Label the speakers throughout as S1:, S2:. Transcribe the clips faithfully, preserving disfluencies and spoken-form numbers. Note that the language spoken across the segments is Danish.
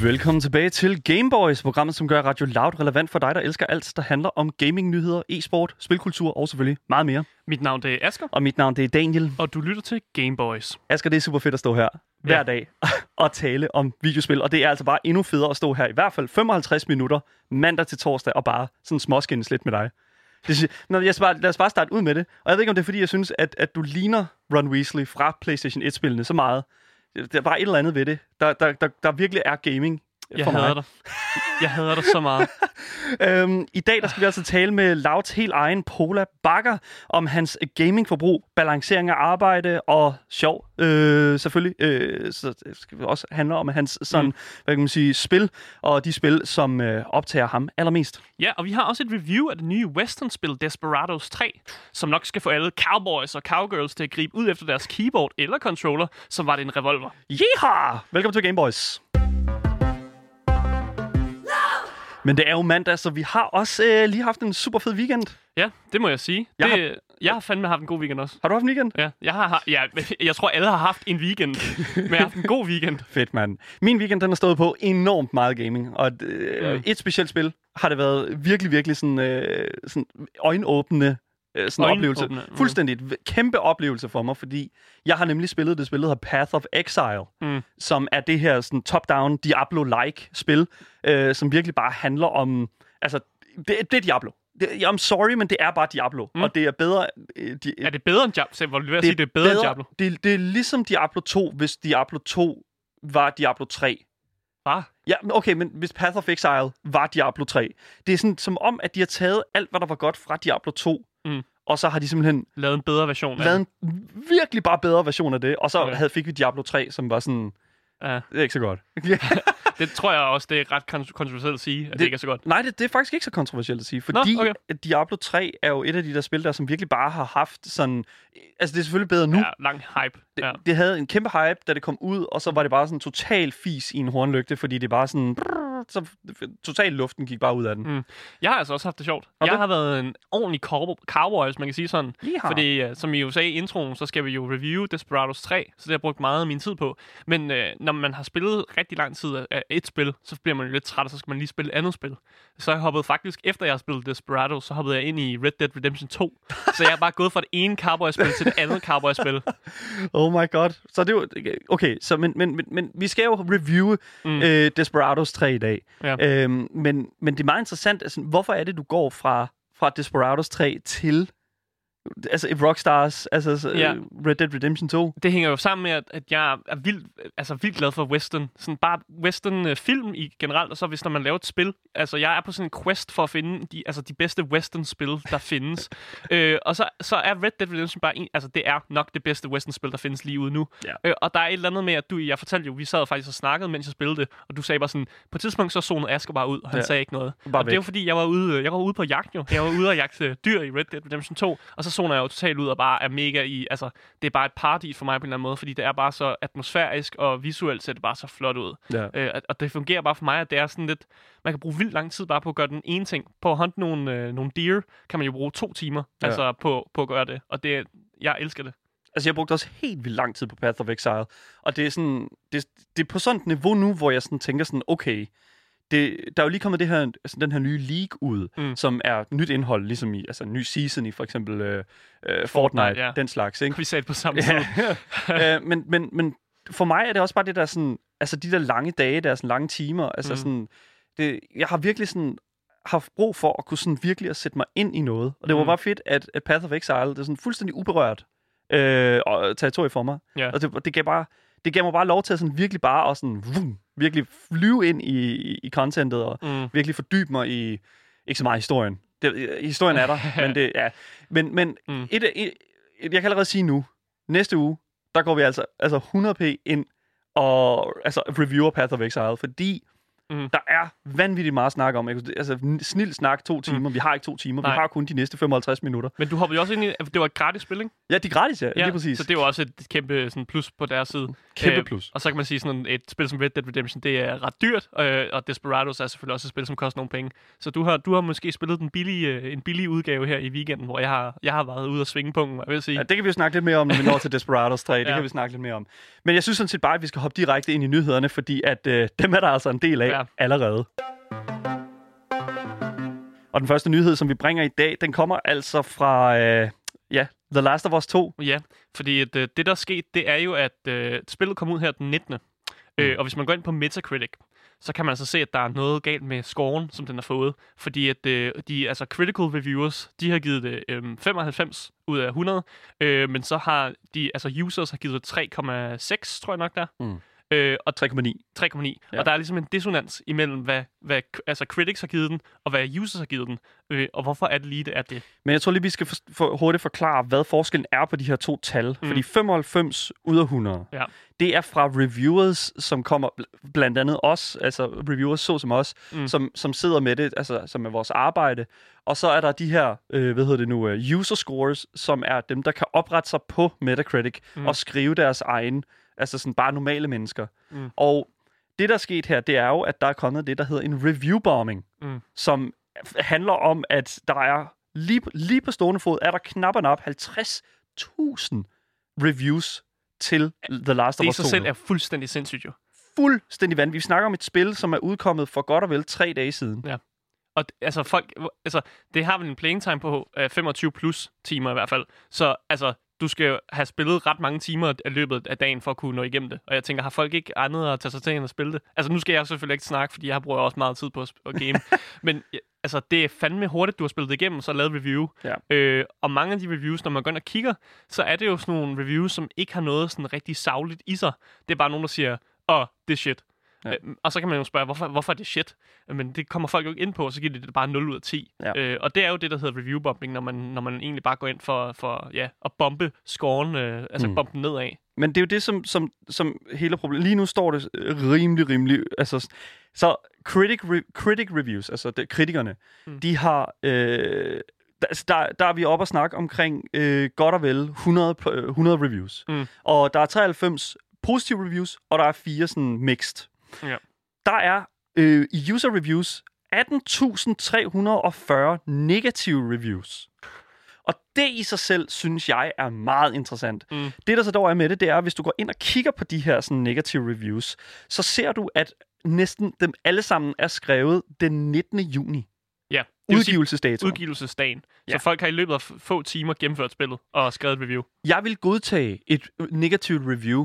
S1: Velkommen tilbage til Gameboys, programmet, som gør Radio Loud relevant for dig, der elsker alt, der handler om gaming-nyheder, e-sport, spilkultur og selvfølgelig meget mere.
S2: Mit navn det er Asger.
S1: Og mit navn det er Daniel.
S2: Og du lytter til Gameboys.
S1: Asger, det er super fedt at stå her hver ja. dag og tale om videospil. Og det er altså bare endnu federe at stå her i hvert fald femoghalvtreds minutter mandag til torsdag og bare sådan småskændes lidt med dig. Det, Nå, jeg bare, lad os bare starte ud med det. Og jeg ved ikke, om det er, fordi jeg synes, at, at du ligner Ron Weasley fra PlayStation et-spillene så meget. Der er bare et eller andet ved det, der, der, der, der virkelig er gaming
S2: jeg
S1: for mig.
S2: Hader dig. Jeg hader dig så meget.
S1: øhm, I dag der skal vi altså tale med Louds helt egen Pola Bakker om hans gamingforbrug, balancering af arbejde og sjov. Øh, selvfølgelig øh, så skal vi også handle om hans sådan, mm. hvad kan man sige, spil og de spil, som øh, optager ham allermest.
S2: Ja, og vi har også et review af det nye western-spil Desperados tre, som nok skal få alle cowboys og cowgirls til at gribe ud efter deres keyboard eller controller, som var det en revolver.
S1: Yeehaw! Velkommen til Gameboys. Men det er jo mandag, så vi har også øh, lige haft en super fed weekend.
S2: Ja, det må jeg sige.
S1: Jeg,
S2: det,
S1: har...
S2: jeg har fandme haft en god weekend også.
S1: Har du haft en weekend?
S2: Ja, jeg, har, ja, jeg tror, alle har haft en weekend, men jeg har haft en god weekend.
S1: Fedt, mand. Min weekend, den har stået på enormt meget gaming, og øh, mm. et specielt spil har det været virkelig, virkelig sådan, øh, sådan øjenåbnende sådan en oplevelse. Mm. Fuldstændig et kæmpe oplevelse for mig, fordi jeg har nemlig spillet det spil, der hedder Path of Exile, mm. som er det her sådan top-down Diablo-like spil, øh, som virkelig bare handler om... Altså, det, det er Diablo. Det, I'm sorry, men det er bare Diablo, mm. og det er bedre... Øh, de,
S2: er det bedre end Diablo? Så vil du sige, det er bedre, bedre end Diablo?
S1: Det, det er ligesom Diablo to, hvis Diablo to var Diablo tre.
S2: Hvad?
S1: Ja, okay, men hvis Path of Exile var Diablo tre, det er sådan som om, at de har taget alt, hvad der var godt fra Diablo to, mm. og så har de simpelthen...
S2: Lavet en bedre version af
S1: lavet en virkelig bare bedre version af det, og så
S2: okay.
S1: havde, fik vi Diablo tre, som var sådan...
S2: Ja.
S1: Det er ikke så godt.
S2: Det tror jeg også, det er ret kontroversielt at sige, at det, det ikke er så godt.
S1: Nej, det, det er faktisk ikke så kontroversielt at sige, fordi
S2: Nå, okay.
S1: Diablo tre er jo et af de der spil, der som virkelig bare har haft sådan... Altså, det er selvfølgelig bedre nu.
S2: Ja, lang hype.
S1: Det,
S2: ja.
S1: det havde en kæmpe hype, da det kom ud, og så var det bare sådan total fis i en hornlygte, fordi det bare sådan... Så totalt luften gik bare ud af den. Mm.
S2: Jeg har altså også haft det sjovt. Og jeg det? har været en ordentlig cowboy, hvis man kan sige sådan.
S1: Yeehaw.
S2: Fordi, uh, som I jo sagde i introen, så skal vi jo review Desperados tre, så det har jeg brugt meget af min tid på. Men uh, når man har spillet rigtig lang tid af et spil, så bliver man jo lidt træt, og så skal man lige spille et andet spil. Så jeg hoppede faktisk, efter jeg har spillet Desperados, så hoppede jeg ind i Red Dead Redemption to. Så jeg er bare gået fra det ene cowboy-spil til det andet cowboy-spil.
S1: Oh my god. Så det er jo... Okay, så, men, men, men, men vi skal jo reviewe mm. øh, Desperados tre i dag. Ja. Øhm, men, men det er meget interessant, altså, hvorfor er det, du går fra, fra Desperados tre til altså Rockstars, altså ja. Red Dead Redemption to?
S2: Det hænger jo sammen med, at, at jeg er vildt, altså vildt glad for western. Sådan bare western-film i generelt, og så hvis når man laver et spil, altså jeg er på sådan en quest for at finde de, altså, de bedste western-spil, der findes. øh, og så, så er Red Dead Redemption bare en, altså det er nok det bedste western-spil, der findes lige ude nu. Ja. Øh, og der er et eller andet med, at du, jeg fortalte jo, vi sad faktisk og snakkede, mens jeg spillede det, og du sagde bare sådan, på et tidspunkt så zonede Asger bare ud, og han ja. sagde ikke noget. Bare og væk. Det var fordi, jeg var ude, jeg var ude på jagt jo. Jeg var ude og jagte dyr i Red Dead Redemption to, og så zoner jeg jo totalt ud og bare er mega i, altså det er bare et party for mig på en eller anden måde, fordi det er bare så atmosfærisk, og visuelt ser det bare så flot ud. Ja. Øh, og det fungerer bare for mig, at det er sådan lidt, man kan bruge vildt lang tid bare på at gøre den ene ting. På at hunte nogle, øh, nogle deer, kan man jo bruge to timer, ja. altså på, på at gøre det, og det, jeg elsker det.
S1: Altså, jeg brugte også helt vildt lang tid på Path of Exile, og det er sådan, det, det er på sådan et niveau nu, hvor jeg sådan tænker sådan, okay, det, der er jo lige kommet det her, altså den her nye league ud, mm. som er nyt indhold, ligesom i, altså en ny season i for eksempel øh, øh, Fortnite, Fortnite ja. den slags, ikke?
S2: Vi sagde det på samme tid.
S1: øh, men, men, men for mig er det også bare det der sådan, altså de der lange dage, der er sådan lange timer, altså mm. sådan, det, jeg har virkelig sådan haft brug for at kunne sådan virkelig at sætte mig ind i noget, og det var mm. bare fedt, at, at Path of Exile, det er sådan fuldstændig uberørt øh, territorie for mig, yeah. og det, det gav bare Det gav mig bare lov til at sådan virkelig bare og sådan vum, virkelig flyve ind i, i, i contentet og mm. virkelig fordybe mig i ikke så meget historien. Det, historien er der, men det ja, men men mm. et, et, et, jeg kan allerede sige nu, næste uge der går vi altså altså hundrede p ind og altså reviewer Path of Exile, fordi
S2: Mm.
S1: Der er vanvittigt meget at snakke om. Altså, snilt snak to timer. Mm. Vi har ikke to timer. Nej. Vi har kun de næste femoghalvtreds minutter.
S2: Men du hoppede jo også ind i, det var et gratis spil, ikke?
S1: Ja, det er gratis, ja.
S2: ja
S1: lige præcis.
S2: Så det er jo også et kæmpe sådan, plus på deres side.
S1: Kæmpe plus.
S2: Øh, og så kan man sige, sådan et spil som Red Dead Redemption, det er ret dyrt, øh, og Desperados er selvfølgelig også et spil, som koster nogle penge. Så du har, du har måske spillet den billige, en billig udgave her i weekenden, hvor jeg har, jeg har været ude og svinge på, jeg vil sige.
S1: Ja, det kan vi jo snakke lidt mere om, når vi når til Desperados tre. Det ja. kan vi snakke lidt mere om. Men jeg synes sådan set bare, at vi skal hoppe direkte ind i nyhederne, fordi at øh, dem er der altså en del af ja. allerede. Og den første nyhed, som vi bringer i dag, den kommer altså fra øh, ja, The Last of Us to.
S2: Ja, fordi at, øh, det, der er sket, det er jo, at øh, spillet kom ud her den nittende Mm. Øh, og hvis man går ind på Metacritic, så kan man altså se, at der er noget galt med scoren, som den har fået. Fordi at øh, de altså critical reviewers, de har givet det øh, femoghalvfems ud af hundrede, øh, men så har de, altså users har givet det tre komma seks, tror jeg nok der.
S1: Mm.
S2: Øh, og
S1: tre komma ni.
S2: tre komma ni. Ja. Og der er ligesom en dissonans imellem, hvad, hvad altså critics har givet den, og hvad users har givet den. Øh, og hvorfor er det lige det, er det?
S1: Men jeg tror lige, vi skal for, for hurtigt forklare, hvad forskellen er på de her to tal. Mm. Fordi femoghalvfems ud af hundrede,
S2: ja.
S1: det er fra reviewers, som kommer blandt andet os, altså reviewers så som os, mm. som, som sidder med det, altså som er vores arbejde. Og så er der de her, øh, hvad hedder det nu, uh, user scores, som er dem, der kan oprette sig på Metacritic mm. og skrive deres egen, altså sådan bare normale mennesker. Mm. Og det, der er sket her, det er jo, at der er kommet det, der hedder en review bombing, mm. som handler om, at der er lige, lige på stående fod, er der knap og nap halvtreds tusind reviews til The Last of Us to.
S2: Det i sig selv er fuldstændig sindssygt jo.
S1: Fuldstændig vanvittigt. Vi snakker om et spil, som er udkommet for godt og vel tre dage siden.
S2: Ja. Og altså folk, altså det har vel en playing time på uh, femogtyve plus timer i hvert fald. Så altså du skal jo have spillet ret mange timer af løbet af dagen for at kunne nå igennem det. Og jeg tænker, har folk ikke andet at tage sig til end at spille det? Altså nu skal jeg selvfølgelig ikke snakke, fordi jeg har brugt også meget tid på at game. Men altså det er fandme hurtigt, du har spillet det igennem, og så lavet review.
S1: Ja.
S2: Øh, og mange af de reviews, når man går ind og kigger, så er det jo sådan nogle reviews, som ikke har noget sådan rigtig sagligt i sig. Det er bare nogen, der siger, åh, oh, det er shit. Ja. Øh, og så kan man jo spørge, hvorfor, hvorfor er det shit? Men det kommer folk jo ikke ind på, og så giver det bare nul ud af ti. Ja. Øh, og det er jo det, der hedder review-bombing, når man, når man egentlig bare går ind for, for ja, at bombe scoren, øh, altså mm. bombe den nedad.
S1: Men det er jo det, som, som, som hele problemet... Lige nu står det rimelig, rimelig... Altså, så critic, re, critic reviews, altså det, kritikerne, mm. de har... Øh, der, der, der er vi oppe og snakke omkring øh, godt og vel hundrede, hundrede reviews. Mm. Og der er treoghalvfems positive reviews, og der er fire sådan mixed.
S2: Ja.
S1: Der er øh, i user reviews atten tusind tre hundrede og fyrre negative reviews. Og det i sig selv, synes jeg, er meget interessant. Mm. Det, der så dog er med det, det er, at hvis du går ind og kigger på de her sådan, negative reviews, så ser du, at næsten dem alle sammen er skrevet den nittende juni.
S2: Ja.
S1: Udgivelsesdato.
S2: Udgivelsesdagen. Ja. Så folk har i løbet af få timer gennemført spillet og skrevet et review. Jeg
S1: vil godtage et negativt review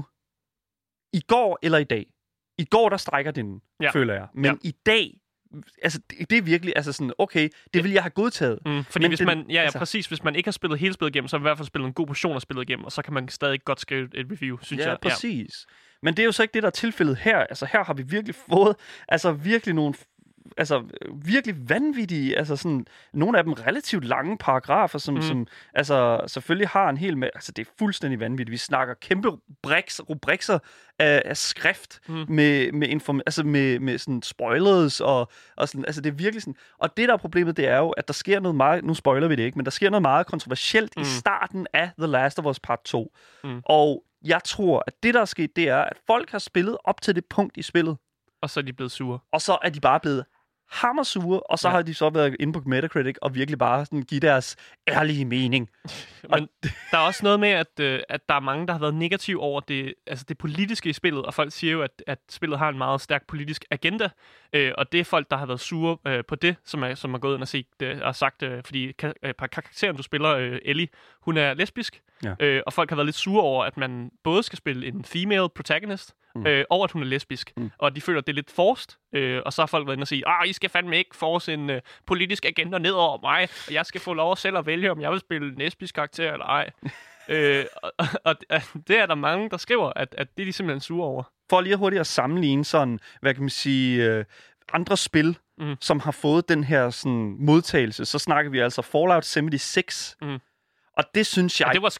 S1: i går eller i dag. I går, der strækker den, ja. føler jeg. Men ja. i dag, altså, det, det er virkelig, altså sådan, okay, det vil jeg have godtaget.
S2: Mm, fordi
S1: men
S2: hvis
S1: den,
S2: man, ja, ja
S1: altså,
S2: præcis, hvis man ikke har spillet hele spillet igennem, så har man i hvert fald spillet en god portion af spillet igennem, og så kan man stadig godt skrive et review, synes
S1: ja,
S2: jeg.
S1: Præcis. Ja, præcis. Men det er jo så ikke det, der er tilfældet her. Altså, her har vi virkelig fået, altså virkelig nogle... Altså, virkelig vanvittige, altså sådan, nogle af dem relativt lange paragrafer, som, mm. som altså, selvfølgelig har en hel... Altså, det er fuldstændig vanvittigt. Vi snakker kæmpe rubriks, rubrikser af, af skrift mm. med, med, inform, altså med, med sådan spoilers og, og sådan, altså det er virkelig sådan... Og det, der er problemet, det er jo, at der sker noget meget... Nu spoiler vi det ikke, men der sker noget meget kontroversielt mm. i starten af The Last of Us Part to. Mm. Og jeg tror, at det, der er sket, det er, at folk har spillet op til det punkt i spillet.
S2: Og så er de blevet sure.
S1: Og så er de bare blevet hammersure, og så ja. har de så været inde på Metacritic og virkelig bare sådan give deres ærlige mening.
S2: Men der er også noget med, at, øh, at der er mange, der har været negative over det, altså det politiske i spillet, og folk siger jo, at, at spillet har en meget stærk politisk agenda, øh, og det er folk, der har været sure øh, på det, som er, som er gået ind og, set, øh, og sagt, øh, fordi øh, karakteren, du spiller, øh, Ellie, hun er lesbisk, ja. øh, og folk har været lidt sure over, at man både skal spille en female protagonist, Mm. Øh, over at hun er lesbisk, mm. og de føler, at det er lidt forced, øh, og så har folk været inde og sige, ah, I skal fandme ikke force en øh, politisk agenda ned over mig, og jeg skal få lov selv at vælge, om jeg vil spille en lesbisk karakter eller ej. øh, og, og, og det er der mange, der skriver, at, at det er de simpelthen sure over.
S1: For lige hurtigt at sammenligne sådan, hvad kan man sige, øh, andre spil, mm. som har fået den her sådan, modtagelse, så snakker vi altså Fallout seventy-six, mm. og det synes jeg...
S2: Og det var skrald.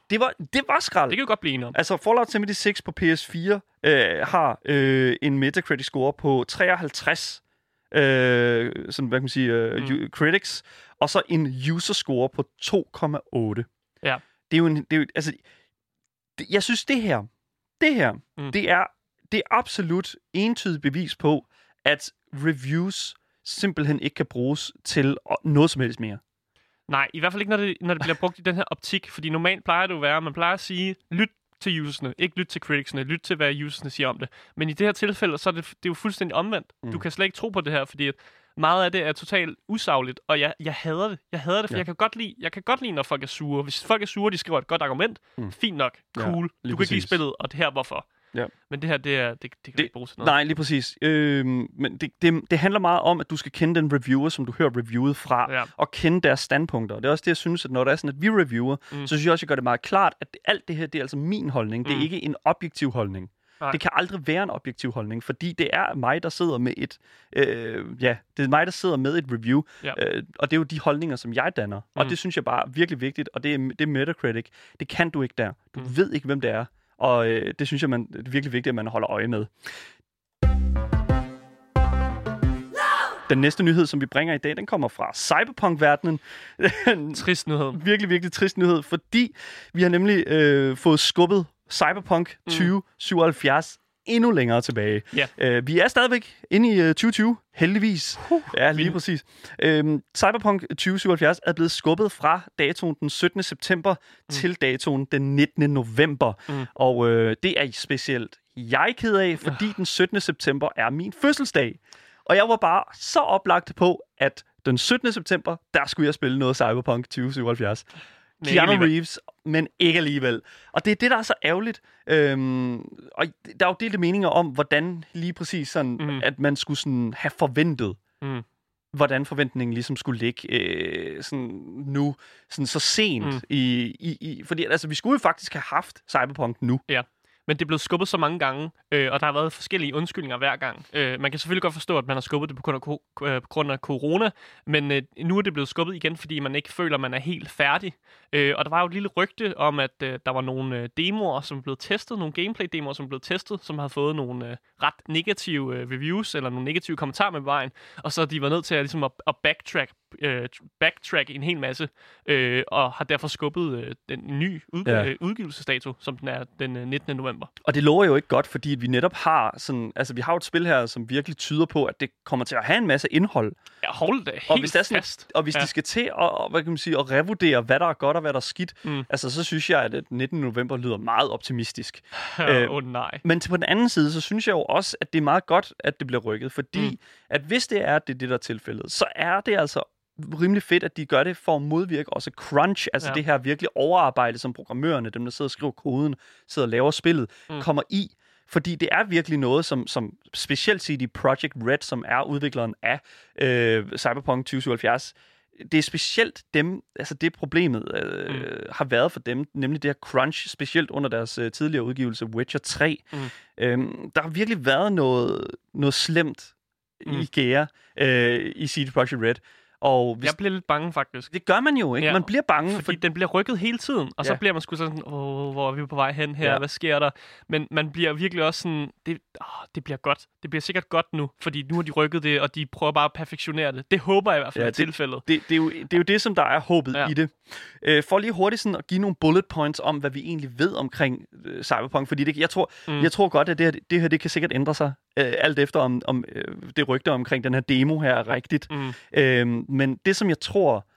S1: Det var, det var skrald.
S2: Det kan jo godt blive enige om.
S1: Altså, Fallout seventy-six på P S fire øh, har øh, en Metacritic-score på treoghalvtreds. Øh, sådan, hvad kan man sige, øh, mm. critics. Og så en user-score på to komma otte.
S2: Ja.
S1: Det er jo en... Det er jo, altså, det, jeg synes, det her, det her, mm. det er det er absolut entydigt bevis på, at reviews simpelthen ikke kan bruges til noget som helst mere.
S2: Nej, i hvert fald ikke, når det, når det bliver brugt i den her optik, fordi normalt plejer det jo at være, man plejer at sige, lyt til usersne, ikke lyt til criticsne, lyt til, hvad usersne siger om det. Men i det her tilfælde, så er det, det er jo fuldstændig omvendt. Mm. Du kan slet ikke tro på det her, fordi at meget af det er totalt usagligt, og jeg, jeg hader det. Jeg hader det, for ja. jeg, kan godt lide, jeg kan godt lide, når folk er sure. Hvis folk er sure, de skriver et godt argument, mm. fint nok, cool, ja, du kan ikke lide spillet, og det her hvorfor. Ja. Men det her, det, er, det, det kan det, ikke bruges til noget.
S1: Nej, lige præcis. Øh, men det, det, det handler meget om, at du skal kende den reviewer, som du hører reviewet fra, ja. og kende deres standpunkter. Det er også det, jeg synes, at når det er sådan, at vi reviewer, mm. så synes jeg også, at jeg gør det meget klart, at det, alt det her, det er altså min holdning. Mm. Det er ikke en objektiv holdning. Nej. Det kan aldrig være en objektiv holdning, fordi det er mig, der sidder med et, øh, ja, det er mig, der sidder med et review, ja. øh, og det er jo de holdninger, som jeg danner. Mm. Og det synes jeg bare er virkelig vigtigt, og det er, det er Metacritic. Det kan du ikke der. Du mm. ved ikke, hvem det er. Og øh, det synes jeg, man, det er virkelig vigtigt, at man holder øje med. Den næste nyhed, som vi bringer i dag, den kommer fra Cyberpunk-verdenen.
S2: Trist nyhed.
S1: Virkelig, virkelig trist nyhed, fordi vi har nemlig øh, fået skubbet Cyberpunk tyve syvoghalvfjerds endnu længere tilbage. Yeah. Uh, vi er stadigvæk inde i uh, tyve tyve, heldigvis. Uh, ja, lige præcis. Uh, Cyberpunk tyve syvoghalvfjerds er blevet skubbet fra datoen den syttende september mm. til datoen den nittende november. Mm. Og uh, det er specielt jeg ked af, fordi uh. den syttende september er min fødselsdag. Og jeg var bare så oplagt på, at den syttende september, der skulle jeg spille noget Cyberpunk tyve syvoghalvfjerds. Keanu Reeves, men ikke alligevel. Og det er det, der er så ærgerligt. Øhm, og der er jo delte meninger om, hvordan lige præcis sådan, mm. at man skulle sådan have forventet, mm. hvordan forventningen ligesom skulle ligge øh, sådan nu, sådan så sent. Mm. I, i, i, fordi altså, vi skulle jo faktisk have haft Cyberpunk nu. Ja.
S2: Men det er blevet skubbet så mange gange, øh, og der har været forskellige undskyldninger hver gang. Øh, man kan selvfølgelig godt forstå, at man har skubbet det på grund af, ko- øh, på grund af corona, men øh, nu er det blevet skubbet igen, fordi man ikke føler, at man er helt færdig. Øh, og der var jo et lille rygte om, at øh, der var nogle øh, demoer, som blev testet, nogle gameplay-demoer, som blev testet, som havde fået nogle øh, ret negative øh, reviews, eller nogle negative kommentarer med vejen, og så de var nødt til at, ligesom at, at backtrack, øh, backtrack en hel masse, øh, og har derfor skubbet øh, den nye udg- ja. øh, udgivelsesdato, som den er den øh, nittende november.
S1: Og det lover jo ikke godt, fordi vi netop har sådan, altså vi har et spil her, som virkelig tyder på, at det kommer til at have en masse indhold.
S2: Ja, hold det helt
S1: og hvis det er sådan,
S2: fast.
S1: Og hvis ja. de skal til at, hvad kan man sige, at revurdere, hvad der er godt og hvad der er skidt, mm. altså så synes jeg, at den nittende november lyder meget optimistisk.
S2: Åh øh, oh, nej.
S1: Men til på den anden side, så synes jeg jo også, at det er meget godt, at det bliver rykket, fordi mm. at hvis det er det, det der er tilfældet, så er det altså rimelig fedt, at de gør det for at modvirke også crunch, altså ja. det her virkelig overarbejde, som programmørerne, dem der sidder og skriver koden, sidder og laver spillet, mm. kommer i. Fordi det er virkelig noget, som, som specielt C D Projekt Red, som er udvikleren af øh, Cyberpunk tyve syvoghalvfjerds, det er specielt dem, altså det problemet øh, mm. har været for dem, nemlig det her crunch, specielt under deres øh, tidligere udgivelse Witcher tre. Mm. Øhm, der har virkelig været noget, noget slemt mm. i gære øh, i C D Projekt Red. Og hvis...
S2: Jeg bliver lidt bange, faktisk.
S1: Det gør man jo, ikke? Ja. Man bliver bange.
S2: Fordi for... den bliver rykket hele tiden, og ja. så bliver man sgu sådan, åh, hvor er vi på vej hen her? Ja. Hvad sker der? Men man bliver virkelig også sådan, det, åh, det bliver godt. Det bliver sikkert godt nu, fordi nu har de rykket det, og de prøver bare at perfektionere det. Det håber jeg i hvert fald ja, det, i tilfældet.
S1: Det, det, er jo, det er jo det, som der er håbet ja. i det. Uh, for lige hurtigt sådan at give nogle bullet points om, hvad vi egentlig ved omkring uh, Cyberpunk, fordi det, jeg, tror, mm. jeg tror godt, at det her, det her det kan sikkert ændre sig, uh, alt efter om, om uh, det rygte omkring den her demo her er rigtigt. Mm. Uh, men det, som jeg tror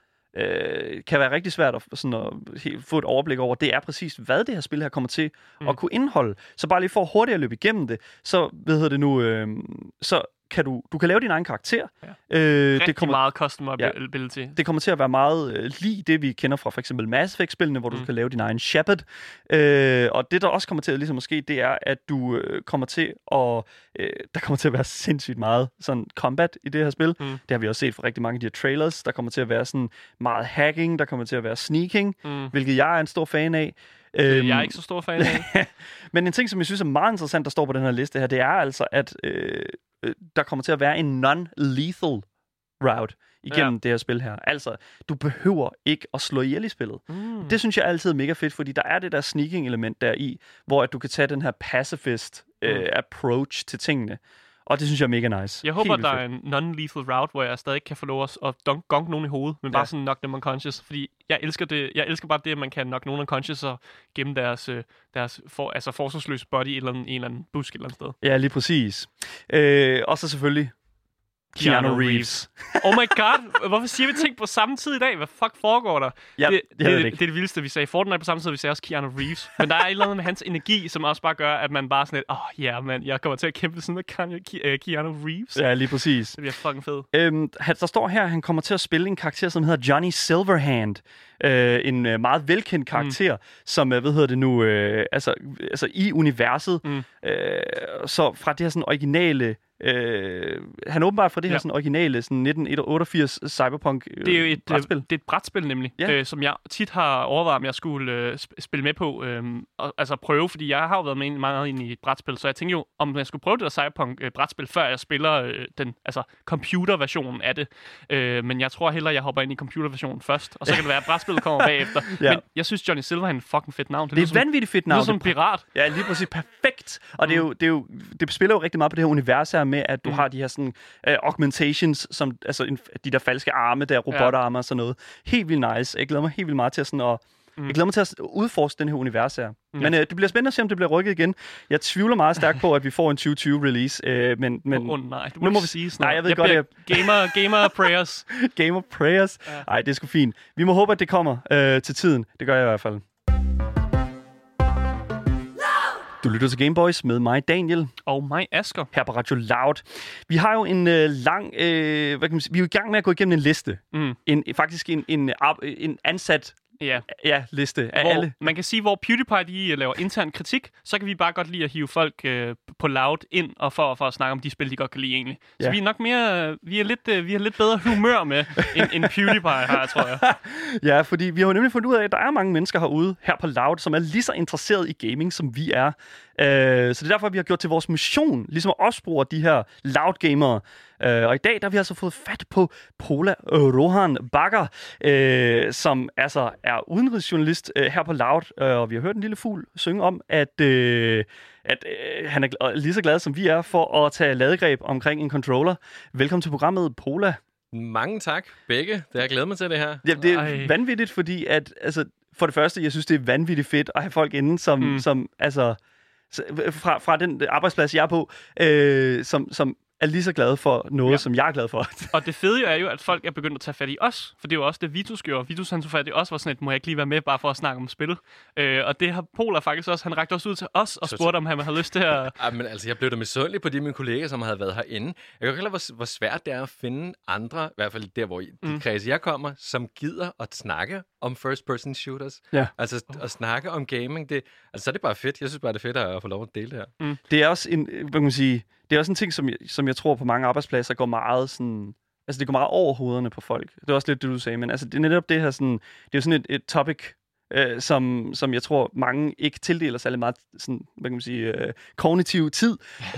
S1: øh, kan være rigtig svært at, sådan at he, få et overblik over, det er præcis, hvad det her spil her kommer til mm. at kunne indeholde. Så bare lige for hurtigt at løbe igennem det, så, hvad hedder det nu, øh, så kan du, du kan lave din egen karakter.
S2: Ja. Øh, det kommer, meget customability.
S1: Ja, det kommer til at være meget øh, lige det, vi kender fra for eksempel Mass Effect-spillene, hvor mm. du kan lave din egen Shepard. Øh, og det, der også kommer til at, ligesom at ske, det er, at du øh, kommer til at... Øh, der kommer til at være sindssygt meget sådan combat i det her spil. Mm. Det har vi også set fra rigtig mange af de her trailers. Der kommer til at være sådan meget hacking, der kommer til at være sneaking, mm. hvilket jeg er en stor fan af.
S2: Det jeg er ikke så stor fan af.
S1: Men en ting, som jeg synes er meget interessant, der står på den her liste her, det er altså, at øh, der kommer til at være en non-lethal route igennem
S2: Ja.
S1: det her spil her. Altså, du behøver ikke at slå ihjel i spillet.
S2: Mm.
S1: Det synes jeg er altid mega fedt, fordi der er det der sneaking-element der i, hvor at du kan tage den her pacifist øh,
S2: Mm.
S1: approach til tingene. Og det synes jeg er mega nice.
S2: Jeg håber,
S1: Helt
S2: der er
S1: vildt
S2: en non-lethal route, hvor jeg stadig kan få lov at at dunk, gonk nogen i hovedet, men bare
S1: Ja.
S2: sådan knock dem unconscious. Fordi jeg elsker det. Jeg elsker bare det, at man kan knock nogen unconscious og gemme deres, øh, deres for, altså forsvarsløse body i en eller anden, en eller anden busk et eller andet sted.
S1: Ja, lige præcis. Øh, og så selvfølgelig Keanu,
S2: Keanu
S1: Reeves.
S2: Oh my god, hvorfor siger vi ting på samme tid i dag? Hvad fuck foregår der?
S1: Ja,
S2: det,
S1: jeg ved
S2: det,
S1: det
S2: det,
S1: ikke.
S2: det er det vildeste, vi sagde Fortnite på samme tid, vi sagde også Keanu Reeves. Men der er et eller andet med hans energi, som også bare gør, at man bare sådan lidt, åh oh, ja, yeah, man, jeg kommer til at kæmpe sådan med Keanu, Keanu Reeves.
S1: Ja, lige præcis.
S2: Det bliver fucking fedt.
S1: Øhm, han- der står her, at han kommer til at spille en karakter, som hedder Johnny Silverhand. Øh, en øh, meget velkendt karakter, mm. som, øh, hvad hedder det nu, øh, altså, altså i universet.
S2: Mm.
S1: Øh, så fra det her sådan originale, øh, han er åbenbart fra det her
S2: Ja.
S1: sådan originale sådan nitten otteogfirs cyberpunk øh,
S2: Det er jo et,
S1: brætspil.
S2: øh, det er et brætspil nemlig,
S1: Ja.
S2: øh, som jeg tit har overvejet, om jeg skulle øh, sp- spille med på, øh, og, altså prøve, fordi jeg har jo været med meget ind i et brætspil, så jeg tænkte jo, om jeg skulle prøve det der Cyberpunk-brætspil, før jeg spiller øh, den altså computerversionen af det. Øh, men jeg tror hellere, jeg hopper ind i computerversionen først, og så kan det være, at brætspillet kommer bagefter.
S1: Ja.
S2: Men jeg synes, Johnny Silverhand er en fucking fedt navn.
S1: Det er et vanvittigt fedt navn.
S2: Det er som en pirat.
S1: Ja, lige præcis. Perfekt. Og mm. det, er jo, det, er jo, det spiller jo rigtig meget på det her univers her med, at du mm. har de her sådan, uh, augmentations, som, altså en, de der falske arme, der robotarme og sådan noget. Helt vildt nice. Jeg glæder mig helt vildt meget til at, sådan, at, mm. jeg glæder mig til at udforske den her univers her. Mm. Men uh, det bliver spændende at se, om det bliver rykket igen. Jeg tvivler meget stærkt på, at vi får en tyve tyve-release. Uh, men, men,
S2: Åh oh, nej, du må,
S1: nu må
S2: ikke
S1: vi
S2: sige sådan
S1: Nej, jeg ved
S2: jeg
S1: godt,
S2: bliver
S1: at
S2: gamer, gamer prayers.
S1: Game of Prayers. Nej,
S2: Ja.
S1: det er sgu fint. Vi må håbe, at det kommer uh, til tiden. Det gør jeg i hvert fald. Du lytter til Gameboys med mig, Daniel,
S2: Og mig, Asger.
S1: her på Radio Loud. Vi har jo en øh, lang... Øh, hvad kan man sige? Vi er jo i gang med at gå igennem en liste.
S2: Mm.
S1: En, faktisk en, en, ar- en ansat
S2: Ja.
S1: ja, liste af
S2: Hvor,
S1: alle.
S2: man kan sige, hvor PewDiePie de laver intern kritik, så kan vi bare godt lide at hive folk øh, på Loud ind og for, for at snakke om de spil, de godt kan lide egentlig. Så
S1: Ja.
S2: vi er nok mere, vi er lidt, øh, vi har lidt bedre humør med, end, end PewDiePie har, tror jeg.
S1: Ja, fordi vi har jo nemlig fundet ud af, at der er mange mennesker herude her på Loud, som er lige så interesseret i gaming, som vi er. Uh, så det er derfor, vi har gjort til vores mission, ligesom at også bruge de her Loud-gamere. Uh, og i dag der har vi altså fået fat på Pola uh, Rohan Bakker, uh, som altså er udenrigsjournalist uh, her på Loud. Uh, og vi har hørt en lille fugl synge om, at, uh, at uh, han er gl- lige så glad, som vi er, for at tage ladegreb omkring en controller. Velkommen til programmet, Pola.
S3: Mange tak, begge. Det har jeg glædet mig til, det her.
S1: Ja, det er
S2: Ej.
S1: vanvittigt, fordi at, altså, for det første, jeg synes, det er vanvittigt fedt at have folk inde, som,
S2: Mm.
S1: som altså, s- fra, fra den arbejdsplads, jeg er på, øh, som, som er lige så glade for noget,
S2: Ja.
S1: ja. som jeg er glad for.
S2: Og det fede er jo, at folk er begyndt at tage fat i os, for det er jo også det, Vitus gjorde. Vitus, han tog fat i os, var sådan et, må jeg ikke lige være med, bare for at snakke om spil. Øh, og det har Pola faktisk også, han rakte også ud til os og
S3: Så-
S2: spurgte, om han havde lyst til at...
S3: Ej, men altså, jeg blev da misundelig på de af mine kolleger, som havde været herinde. Jeg kan jo heller, hvor, hvor svært det er at finde andre, i hvert fald der, hvor I, de
S2: Mm.
S3: kredse, jeg kommer, som gider at snakke om first-person shooters.
S1: Ja.
S3: Altså, at snakke om gaming, det, altså, så er det bare fedt. Jeg synes bare, det er fedt at få lov at dele det her.
S1: Det er også en, hvad kan man sige, det er også en ting, som jeg, som jeg tror på mange arbejdspladser går meget sådan... Altså, det går meget over hovederne på folk. Det er også lidt det, du sagde, men altså, det er netop det her sådan... Det er jo sådan et, et topic, øh, som, som jeg tror, mange ikke tildeler særlig meget sådan, hvad kan man sige, øh, kognitiv tid.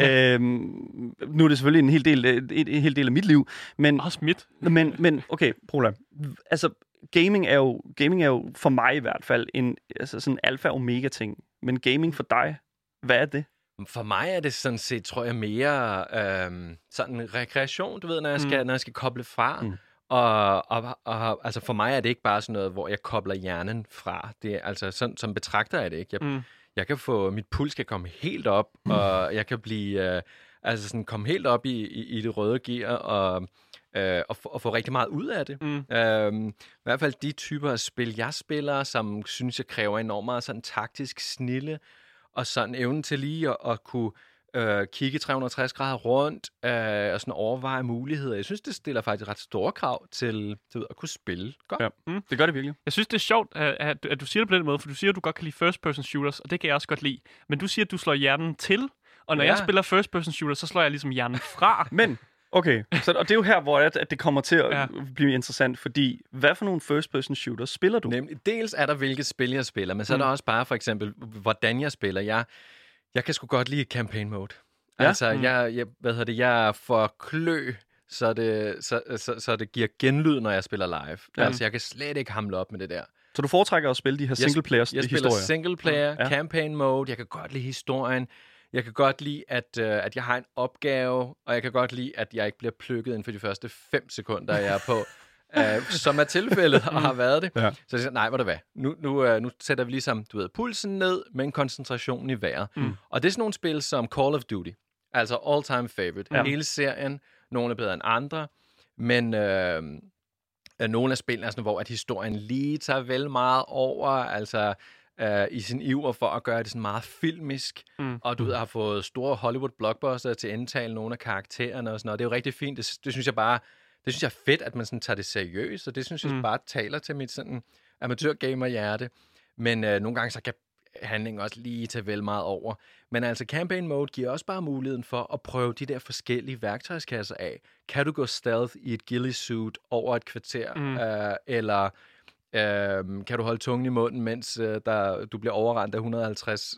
S1: øhm, nu er det selvfølgelig en hel del, en, en hel del af mit liv, men...
S2: Også mit.
S1: Men, men okay, Pola. Altså, gaming er, jo, gaming er jo for mig i hvert fald en altså sådan alfa og omega ting. Men gaming for dig, hvad er det?
S3: For mig er det sådan set, tror jeg, mere øhm, sådan rekreation, du ved, når jeg skal, mm. når jeg skal koble fra. Mm. Og, og, og altså for mig er det ikke bare sådan noget, hvor jeg kobler hjernen fra. Det er, altså sådan, som betragter jeg det ikke. Jeg,
S2: Mm.
S3: jeg kan få, mit puls kan komme helt op, mm. og jeg kan blive, øh, altså sådan komme helt op i, i, i det røde gear, og, øh, og, få, og få rigtig meget ud af det.
S2: Mm.
S3: Øhm, I hvert fald de typer af spil, jeg spiller, som synes, jeg kræver enormt meget sådan taktisk snille, og sådan evnen til lige at, at kunne øh, kigge tre hundrede og tres grader rundt, øh, og sådan overveje muligheder. Jeg synes, det stiller faktisk ret store krav til, til at kunne spille godt.
S1: Ja. Mm. Det gør det virkelig.
S2: Jeg synes, det er sjovt, at, at, at du siger det på den måde, for du siger, at du godt kan lide first-person shooters, og det kan jeg også godt lide. Men du siger, at du slår hjernen til, og når
S3: Ja.
S2: jeg spiller first-person shooters, så slår jeg ligesom hjernen fra.
S1: Men, okay, så, og det er jo her, hvor at, at det kommer til at
S2: Ja.
S1: ja. blive interessant, fordi hvad for nogle first-person shooters spiller du?
S3: Nemlig, dels er der, hvilket spil jeg spiller, men så er der
S2: Mm.
S3: også bare for eksempel, hvordan jeg spiller. Jeg, jeg kan sgu godt lide campaign mode.
S1: Ja?
S3: Altså,
S2: Mm.
S3: jeg, jeg, hvad hedder det, jeg får klø så det, så, så, så det giver genlyd, når jeg spiller live.
S1: Ja.
S3: Altså, jeg kan slet ikke hamle op med det der.
S1: Så du foretrækker at spille de her single-players
S3: Jeg
S1: historier?
S3: spiller single-player,
S1: Ja.
S3: campaign mode, jeg kan godt lide historien, jeg kan godt lide, at, øh, at jeg har en opgave, og jeg kan godt lide, at jeg ikke bliver plukket inden for de første fem sekunder, jeg er på, øh, som er tilfældet og har været det.
S1: Ja.
S3: Så jeg siger, nej, hvor det hvad, nu, nu, øh, nu sætter vi ligesom, du ved, pulsen ned, men koncentrationen i vejret.
S1: Mm.
S3: Og det er sådan nogle spil som Call of Duty, altså all-time favorite.
S1: Ja.
S3: Hele serien, nogle er bedre end andre, men... Øh, nogle af spillene er sådan, hvor at historien lige tager vel meget over, altså øh, i sin iver for at gøre det sådan meget filmisk,
S2: Mm.
S3: og du ved, har fået store Hollywood-blockbuster til at indtale nogle af karaktererne og sådan noget. Det er jo rigtig fint. Det, det synes jeg bare, det synes jeg er fedt, at man sådan tager det seriøst, og det synes jeg
S2: Mm.
S3: bare taler til mit sådan amatør-gamer-hjerte. Men øh, nogle gange så kan handlingen også lige tage vel meget over. Men altså, campaign mode giver også bare muligheden for at prøve de der forskellige værktøjskasser af. Kan du gå stealth i et ghillie suit over et kvarter?
S2: Mm.
S3: Øh, eller øh, kan du holde tungen i munden, mens øh, der, du bliver overrendt af et hundrede og halvtreds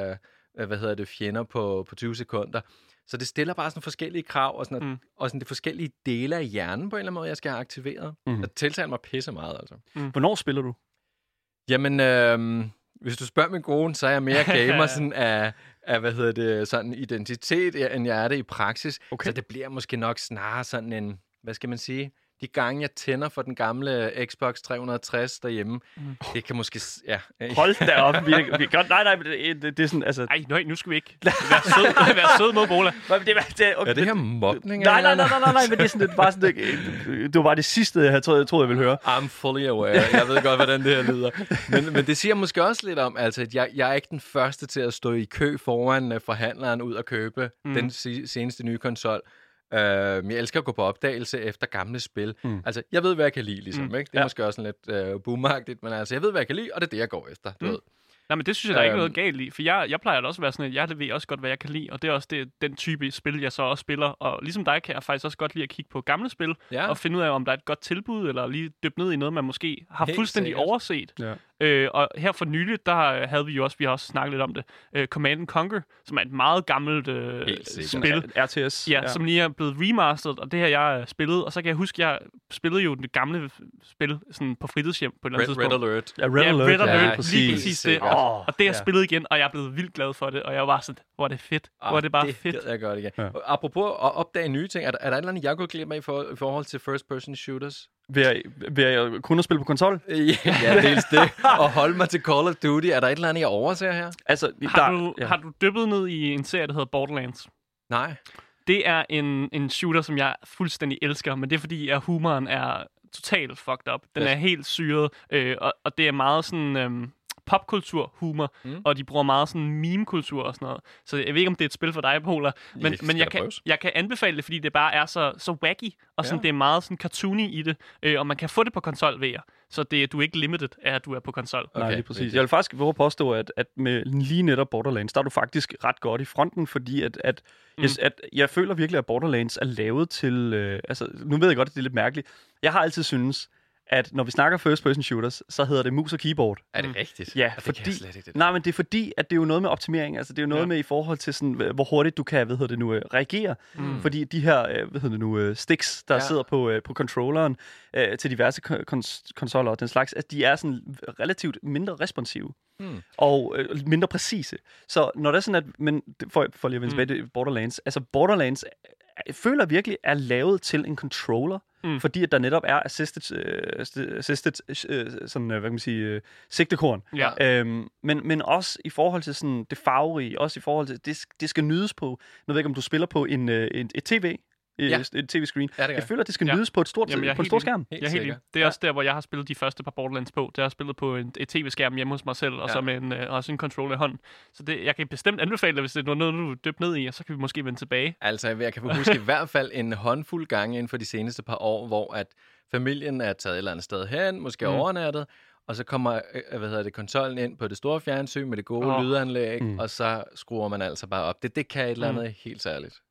S3: øh, hvad hedder det, fjender på, på tyve sekunder? Så det stiller bare sådan forskellige krav, og sådan, at,
S2: Mm.
S3: og sådan de forskellige dele af hjernen på en eller anden måde, jeg skal have aktiveret.
S1: Mm.
S3: Det tiltaler mig pisse meget, altså.
S1: Hvornår spiller du?
S3: Jamen, øh, hvis du spørger min kone, så er jeg mere gamer sådan af, af, hvad hedder det, sådan identitet, end jeg er det i praksis.
S1: Okay.
S3: Så det bliver måske nok snarere sådan en, hvad skal man sige, de gange, jeg tænder for den gamle Xbox tre hundrede og tres derhjemme, mm. det kan måske, s- ja.
S1: Hold da op. Vi er, vi er godt, nej, nej, det, det, det er sådan, altså...
S2: Ej, nøj, nu skal vi ikke være sød, være sød mod Bola.
S1: Nej, men det, det, det, okay,
S3: Er det her mobning?
S1: Nej, nej,
S3: eller?
S1: nej, nej, nej, nej, men det er sådan, det, bare sådan, det, det var bare det sidste, jeg troede, jeg, troede, jeg ville høre.
S3: I'm fully aware. Jeg ved godt, hvordan det her lyder. Men, men det siger måske også lidt om, altså, at jeg, jeg er ikke den første til at stå i kø foran uh, forhandleren ud og købe mm. den si- seneste nye konsol. Uh, jeg elsker at gå på opdagelse efter gamle spil. Mm. Altså, jeg ved, hvad jeg kan lide, ligesom. Mm. Ikke? Det er
S1: Ja.
S3: måske også sådan lidt uh, boomagtigt, men altså, jeg ved, hvad jeg kan lide, og det er det, jeg går efter. Du
S2: Mm.
S3: ved.
S2: Nej, men det synes jeg, der er ikke
S3: Øhm.
S2: noget galt i. For jeg, jeg plejer da også at være sådan, at jeg ved også godt, hvad jeg kan lide. Og det er også det, den type spil, jeg så også spiller. Og ligesom dig kan jeg faktisk også godt lide at kigge på gamle spil.
S3: Ja.
S2: Og finde ud af, om der er et godt tilbud, eller lige dyppe ned i noget, man måske har
S3: Helt
S2: fuldstændig
S3: sikkert.
S2: overset.
S1: Ja.
S2: Øh, og her for nylig, der havde vi jo også, vi har også snakket lidt om det, øh, Command and Conquer, som er et meget gammelt øh,
S3: Helt sikkert.
S2: spil.
S1: R T S.
S2: Ja, ja, som lige er blevet remasteret, og det her, jeg har spillet. Og så kan jeg huske, jeg spillede jo det gamle spil sådan på fritidshjem på et eller andet
S3: Red,
S2: tidspunkt.
S3: Red Alert.
S1: Ja, Red
S2: Ja,
S1: Alert.
S2: Red Alert,
S1: ja,
S2: lige
S1: præcis.
S2: præcis det.
S3: Sikkert.
S1: Åh,
S2: Og det har jeg
S1: ja.
S2: spillet igen, og jeg er blevet vildt glad for det. Og jeg var sådan, hvor er det fedt. Hvor er det bare
S3: det
S2: fedt.
S3: gad jeg godt igen.
S1: Ja.
S3: Ja. Apropos at opdage nye ting, er der, er der et eller andet, jeg kunne glemme af i, for, i forhold til first-person shooters?
S1: Vil jeg, vil jeg kun at spille på konsol?
S3: Ja, ja, dels det. Og holde mig til Call of Duty. Er der et eller andet, jeg overser her?
S1: Altså,
S2: Har,
S1: der,
S2: du,
S1: ja.
S2: har du dyppet ned i en serie, der hedder Borderlands?
S3: Nej.
S2: Det er en, en shooter, som jeg fuldstændig elsker, men det er fordi, at humoren er totalt fucked up. Den
S3: Ja.
S2: er helt syret, øh, og, og det er meget sådan øhm, popkultur-humor, mm. og de bruger meget sådan meme-kultur og sådan noget. Så jeg ved ikke, om det er et spil for dig, Pola, men,
S3: Det skal
S2: men jeg,
S3: da
S2: kan,
S3: prøves.
S2: jeg kan anbefale det, fordi det bare er så, så wacky, og sådan,
S3: Ja.
S2: det er meget sådan cartoony i det, øh, og man kan få det på konsol, ved jeg. Så det, du er ikke limited af, at du er på konsol.
S1: Nej,
S3: Okay,
S1: lige præcis.
S3: vigtigt.
S1: Jeg vil faktisk våge at påstå, at, at med lige netop Borderlands, der er du faktisk ret godt i fronten, fordi at, at, mm. jeg, at jeg føler virkelig, at Borderlands er lavet til... Øh, altså, nu ved jeg godt, at det er lidt mærkeligt. Jeg har altid syntes, at når vi snakker first-person shooters, så hedder det mus og keyboard.
S3: Er det rigtigt?
S1: Ja,
S3: det
S1: fordi...
S3: kan jeg slet ikke, det.
S1: Nej, men det er fordi, at det er jo noget med optimering. Altså, det er jo noget
S2: Ja.
S1: med i forhold til, sådan, hvor hurtigt du kan, hvad hedder det nu, øh, reagere. Mm. Fordi de her, øh, hvad hedder det nu, øh, sticks, der
S3: Ja.
S1: ja. sidder på, øh, på controlleren øh, til diverse kons- konsoller og den slags, at de er sådan relativt mindre responsive.
S3: Mm.
S1: Og øh, mindre præcise. Så når det er sådan, at... Men for, for lige at vende
S2: Mm.
S1: tilbage til Borderlands. Altså, Borderlands jeg føler virkelig er lavet til en controller,
S2: Mm.
S1: fordi at der netop er assisted, øh, st- assisted øh, sådan, øh, hvad kan man sige, øh, sigtekorn.
S2: Ja.
S1: Øhm, men, men også i forhold til sådan det farverige, også i forhold til, det, det skal nydes på, jeg ved ikke, om du spiller på en, øh, en, et tv,
S3: Ja.
S1: ja. et tv-screen.
S3: Ja, det gør
S1: Jeg
S3: jeg.
S1: føler, at det skal
S2: Ja.
S1: nydes på et stort,
S2: Jamen, jeg er
S1: på en
S2: helt
S1: stor
S2: enig.
S1: skærm.
S3: Helt
S2: Jeg er helt
S3: sikkert.
S2: enig. Det er
S1: Ja.
S2: også der, hvor jeg har spillet de første par Borderlands på. Det har jeg spillet på en, et tv-skærm hjemme hos mig selv, og
S3: Ja.
S2: så med en, øh, også en controller i hånden. Så det, jeg kan bestemt anbefale det, hvis det er noget, du er dybt ned i, og så kan vi måske vende tilbage.
S3: Altså, jeg kan huske i hvert fald en håndfuld gange inden for de seneste par år, hvor at familien er taget et eller andet sted hen, måske
S2: Mm.
S3: mm. overnattet, og så kommer øh, hvad hedder det, konsollen ind på det store fjernsyn med det gode
S2: Åh.
S3: oh. lydanlæg,
S1: Mm.
S3: mm. og så skruer man altså bare op. Det, det kan et eller andet
S2: Mm.
S3: mm. helt særligt.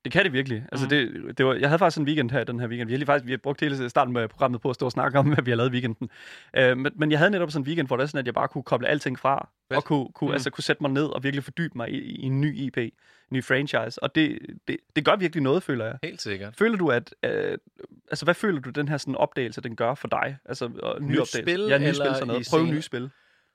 S1: Det kan det virkelig. Altså,
S2: Mm.
S1: det, det var, jeg havde faktisk en weekend her den her weekend. Vi har lige faktisk vi har brugt hele starten med programmet på at stå og snakke om, hvad vi har lavet i weekenden. Uh, men, men jeg havde netop sådan en weekend, hvor det er sådan, at jeg bare kunne koble alting fra,
S3: Fedt.
S1: og kunne, kunne,
S2: Mm.
S1: altså, kunne sætte mig ned og virkelig fordybe mig i, i en ny I P, en ny franchise. Og det, det, det gør virkelig noget, føler jeg.
S3: Helt sikkert.
S1: Føler du, at... Øh, altså, hvad føler du, den her sådan opdagelse, den gør for dig? Altså, og ny
S3: Nyt
S1: opdagelse.
S3: spil,
S1: Ja, nye
S3: eller
S1: spil, sådan noget.
S3: i
S1: Prøv
S3: scene?
S1: nye spil.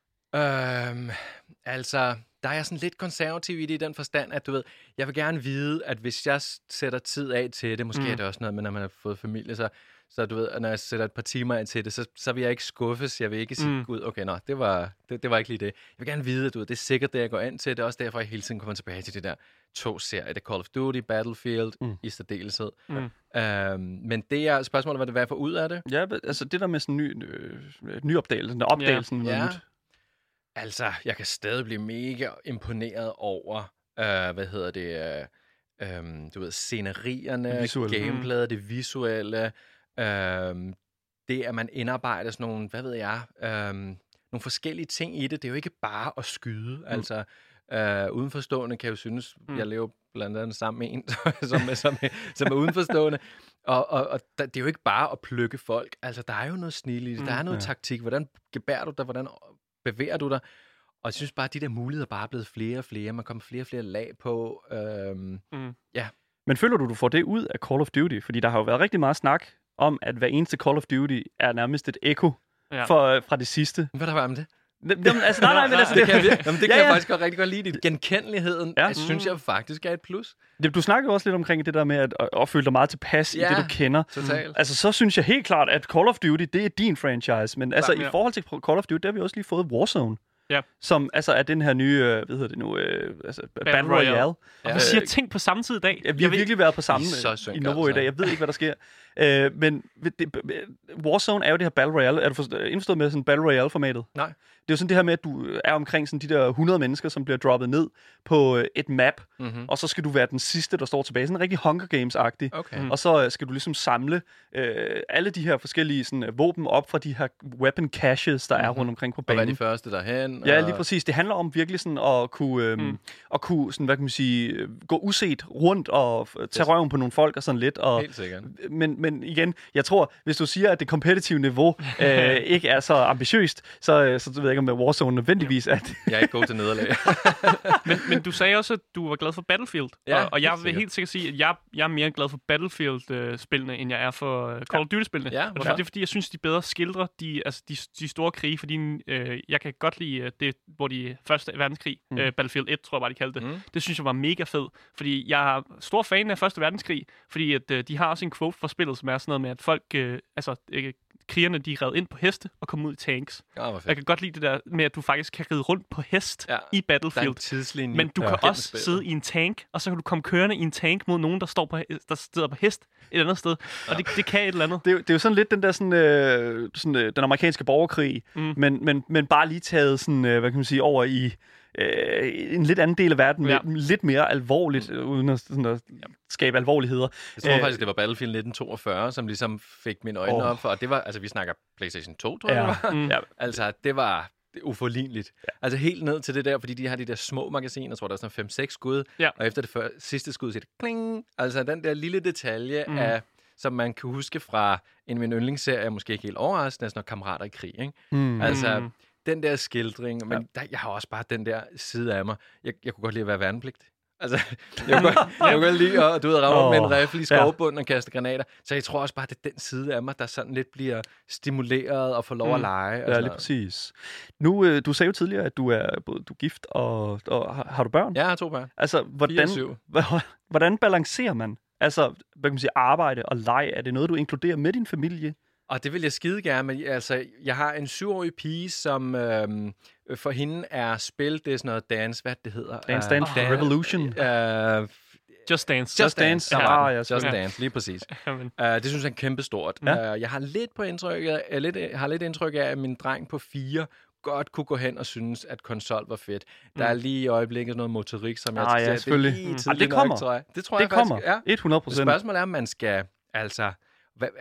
S3: Øhm, altså, der er jeg sådan lidt konservativ i det i den forstand, at du ved, jeg vil gerne vide, at hvis jeg s- sætter tid af til det, måske
S2: Mm.
S3: mm. er det også noget med, når man har fået familie, så, så du ved, når jeg sætter et par timer af til det, så, så vil jeg ikke skuffes. Jeg vil ikke sige,
S2: Mm.
S3: mm. gud, okay, nå, det var, det, det var ikke lige det. Jeg vil gerne vide, at du ved, det er sikkert det, jeg går ind til. Det er også derfor, jeg hele tiden kommer tilbage til det der to serier. Det er Call of Duty, Battlefield,
S1: Mm.
S3: mm. i særdeleshed.
S2: Mm.
S3: Øhm, men det er spørgsmålet, hvad det hvad jeg får ud af det.
S1: Ja, altså det der med sådan ny, øh, ny opdagelse, opdagelsen
S3: Ja.
S1: yeah.
S3: Ja.
S1: nyt.
S3: Altså, jeg kan stadig blive mega imponeret over, øh, hvad hedder det, øh, øh, du ved, scenerierne,
S1: Det visuelle.
S3: gameplayet, det visuelle, øh, det, at man indarbejder sådan nogle, hvad ved jeg, øh, nogle forskellige ting i det. Det er jo ikke bare at skyde, mm. altså, øh, udenforstående kan jo synes,
S2: Mm.
S3: mm. jeg lever blandt andet sammen med en, som, er, som, er, som er udenforstående, og, og, og det er jo ikke bare at plukke folk, altså, der er jo noget snil i det,
S2: Mm.
S3: der er noget
S1: Ja.
S3: taktik, hvordan gebærer du dig, hvordan bevæger du dig? Og jeg synes bare, at de der muligheder bare er blevet flere og flere. Man kommer flere og flere lag på. Øhm,
S2: Mm.
S1: Men føler du, du får det ud af Call of Duty? Fordi der har jo været rigtig meget snak om, at hver eneste Call of Duty er nærmest et ekko
S2: Ja.
S1: for, fra det sidste.
S3: hvad der var med det?
S1: Jamen, altså, nej, nej, men altså,
S3: det kan jeg,
S1: det,
S3: vir- Jamen, det kan
S1: Ja,
S3: jeg
S1: ja.
S3: faktisk godt rigtig godt lide. Genkendeligheden,
S1: Ja.
S3: ja. jeg synes
S2: Mm.
S3: jeg faktisk er et plus.
S1: det, du snakkede jo også lidt omkring det der med at, at, at føle dig meget tilpas ja. i
S3: Ja.
S1: det, du kender.
S3: Totalt.
S1: Altså, så synes jeg helt klart, at Call of Duty, det er din franchise. Men altså,
S2: Ja.
S1: i forhold til Call of Duty, der har vi også lige fået Warzone.
S2: Ja.
S1: Som altså er den her nye, øh, hvad hedder det nu, øh, altså, Battle, Battle
S2: Royale.
S1: Royale.
S2: Og
S3: Ja.
S2: vi siger ting på samme tid i dag.
S1: Ja, vi har
S2: Jeg ved-
S1: virkelig været på samme
S3: I er så
S1: øh,
S3: synd,
S1: i Novo
S3: altså.
S1: i dag. Jeg ved ikke, hvad der sker. Øh, men det, Warzone er jo det her Battle Royale. Er du forstået, indforstået med sådan Battle Royale-formatet?
S3: Nej.
S1: Det er jo sådan det her med, at du er omkring sådan de der hundrede mennesker, som bliver droppet ned på øh, et map,
S3: Mm-hmm.
S1: og så skal du være den sidste, der står tilbage. Sådan rigtig Hunger Games-agtig.
S3: Okay.
S2: Mm.
S1: Og så øh, skal du ligesom samle øh, alle de her forskellige sådan, øh, våben op fra de her weapon caches, der er
S3: Mhm.
S1: rundt omkring på
S3: Og hvad er
S1: banen.
S3: de første derhen?
S1: Ja,
S3: og...
S1: lige præcis. Det handler om virkelig sådan at kunne, øhm,
S2: Mm.
S1: mm. at kunne sådan, hvad kan man sige, øh, gå uset rundt og f- tage røven på nogle folk og sådan lidt. Og,
S3: Helt sikkert.
S1: men, men igen, jeg tror, hvis du siger, at det kompetitive niveau øh, ikke er så ambitiøst, så, øh, så ved jeg ikke, om det er Warzone nødvendigvis er det.
S3: Jeg er ikke god til nederlag.
S2: Men, men du sagde også, at du var glad for Battlefield.
S3: Ja,
S2: og, og jeg
S3: helt
S2: vil
S3: sikkert.
S2: helt sikkert sige, at jeg, jeg er mere glad for Battlefield-spillene, end jeg er for uh, Call of Duty-spillene.
S3: Ja,
S2: og
S3: hvorfor?
S2: det er fordi, jeg synes, de bedre skildrer de, altså, de, de store krige, fordi øh, jeg kan godt lide øh, det, hvor de første verdenskrig,
S1: Mm.
S2: mm. øh, Battlefield et, tror jeg bare, de kaldte det.
S3: Mm.
S2: Det synes jeg var mega fed, fordi jeg er stor fan af første verdenskrig, fordi at, øh, de har også en quote fra spillet, som er sådan noget med, at folk, øh, altså øh, krigerne, de red ind på heste og kom ud i tanks.
S3: Ja, hvor
S2: Jeg
S3: fedt.
S2: kan godt lide det der med, at du faktisk kan ride rundt på hest
S3: Ja,
S2: i
S3: Der er
S2: Battlefield.
S3: en tidslinje.
S2: Men du
S1: Ja.
S2: kan
S3: gennem
S2: også
S3: spillet.
S2: sidde i en tank, og så kan du komme kørende i en tank mod nogen, der står på, der sidder på hest et andet sted. Og det, det kan et eller andet.
S1: Det, er jo- det er jo sådan lidt den der sådan, øh, sådan, øh, den amerikanske borgerkrig,
S2: Mm.
S1: men, men, men bare lige taget sådan, øh, hvad kan man sige, over i øh, en lidt anden del af verden,
S2: Ja.
S1: ja. lidt mere alvorligt, øh, uden at, sådan at skabe alvorligheder.
S3: Jeg tror
S1: Øh,
S3: faktisk, det var Battlefield nitten toogfyrre, som ligesom fik mine øjne
S1: Åh.
S3: op for, og det var, altså vi snakker PlayStation to, tror jeg,
S1: Ja.
S3: det var.
S2: Mm.
S1: Ja.
S3: Altså, det var uforligneligt. Ja. Altså helt ned til det der, fordi de har de der små magasiner, jeg tror, der er sådan fem seks skud,
S2: Ja.
S3: og efter det før, sidste skud, så er det kling. Altså den der lille detalje,
S2: Mm.
S3: mm. af, som man kan huske fra en af mine yndlingsserie, måske ikke helt overraskende, er sådan noget Kammerater i krig, ikke?
S1: Mm.
S3: Altså,
S2: Mm.
S3: den der skildring, men
S1: Ja.
S3: der, jeg har også bare den der side af mig. Jeg, jeg kunne godt lide at være værnepligt. Altså, jeg kunne, godt, jeg kunne godt lide at, du ved, ramme oh, med en
S1: Åh,
S3: rifle i
S1: ja.
S3: skovbunden og kaste granater. Så jeg tror også bare, det er den side af mig, der sådan lidt bliver stimuleret og får lov at
S2: Mm.
S3: lege. Og
S1: Ja,
S3: sådan
S1: lige
S3: noget.
S1: præcis. Nu, øh, du sagde jo tidligere, at du er både du er gift og, og har, har du børn?
S3: Ja, jeg har to børn.
S1: Altså,
S3: Fire og
S1: hvordan,
S3: syv.
S1: hvordan balancerer man? Altså, hvad kan man sige, arbejde og leg, er det noget, du inkluderer med din familie?
S3: Og det vil jeg skide gerne, men altså, jeg har en syvårig pige, som øhm, for hende er spil, det er sådan noget dance, hvad det hedder?
S1: Dance
S3: Øh,
S1: Dance
S3: dan-
S1: Revolution.
S3: øh,
S2: Just Dance.
S1: Just Dance.
S3: der
S1: Ja,
S3: var den.
S1: ja,
S3: Just
S1: selvfølgelig.
S3: Dance, lige præcis.
S2: Jamen,
S3: Uh, det synes jeg er kæmpestort.
S1: Ja.
S3: Ja. Uh, jeg har lidt på indtryk af, uh, lidt, har lidt indtryk af, at min dreng på fire godt kunne gå hen og synes, at konsol var fedt. Der er lige i øjeblikket noget motorik, som jeg
S1: Ah, ja,
S3: det er
S1: selvfølgelig.
S3: lige
S1: Mm.
S3: tidligt
S1: Ah, det kommer.
S3: nok, tror jeg. Det tror
S1: Det
S3: jeg
S1: kommer.
S3: faktisk, ja.
S1: hundrede procent.
S3: Spørgsmålet er, om man skal, altså, hvad, hvad,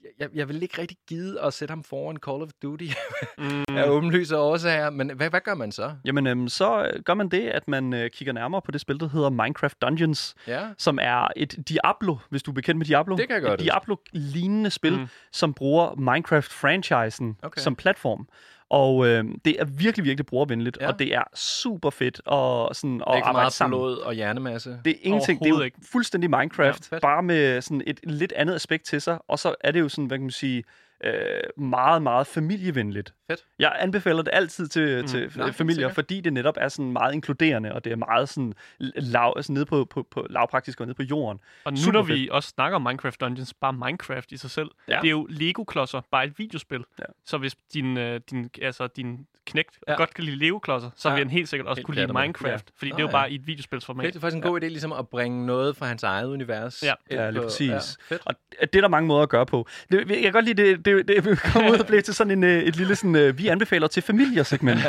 S3: jeg, jeg vil ikke rigtig gide at sætte ham foran Call of Duty mm. af åbenlyse årsager, men hvad, hvad gør man så?
S1: Jamen, øhm, så gør man det, at man øh, kigger nærmere på det spil, der hedder Minecraft Dungeons,
S3: ja. Som
S1: er et Diablo, hvis du er bekendt med Diablo.
S3: Det kan jeg godt.
S1: Et Diablo-lignende spil, mm. som bruger Minecraft-franchisen okay. som platform. Og øh, det er virkelig, virkelig brugervenligt, ja. Og det er super fedt og sådan,
S3: at arbejde
S1: sammen.
S3: Det er ikke meget blod og hjernemasse.
S1: Det er ingenting. Det er jo ikke. Fuldstændig Minecraft, ja, bare med sådan et lidt andet aspekt til sig. Og så er det jo sådan, hvad kan man sige, øh, meget, meget familievenligt.
S3: Fedt.
S1: Jeg anbefaler det altid til, mm. til
S3: Nej,
S1: familier, fordi det netop er sådan meget inkluderende, og det er meget sådan lav, altså nede på, på, på lavpraktisk og nede på jorden.
S2: Og nu super når vi fedt. Også snakker om Minecraft Dungeons, bare Minecraft i sig selv, ja. Det er jo Lego-klodser, bare et videospil. Ja. Så hvis din, øh, din, altså, din knægt ja. Godt kan lide Lego-klodser, så ja. Vil han helt sikkert også helt kunne lide Minecraft, ja. Fordi oh, det er jo bare ja. I et videospilsformat.
S3: Det er faktisk en god ja. Idé ligesom at bringe noget fra hans eget univers.
S1: Ja, ja lige præcis. Ja. Og det er der mange måder at gøre på. Det, jeg kan godt lide, det, det, det, det kommer ud og blive til sådan en, et lille sådan, vi anbefaler til familier-segment.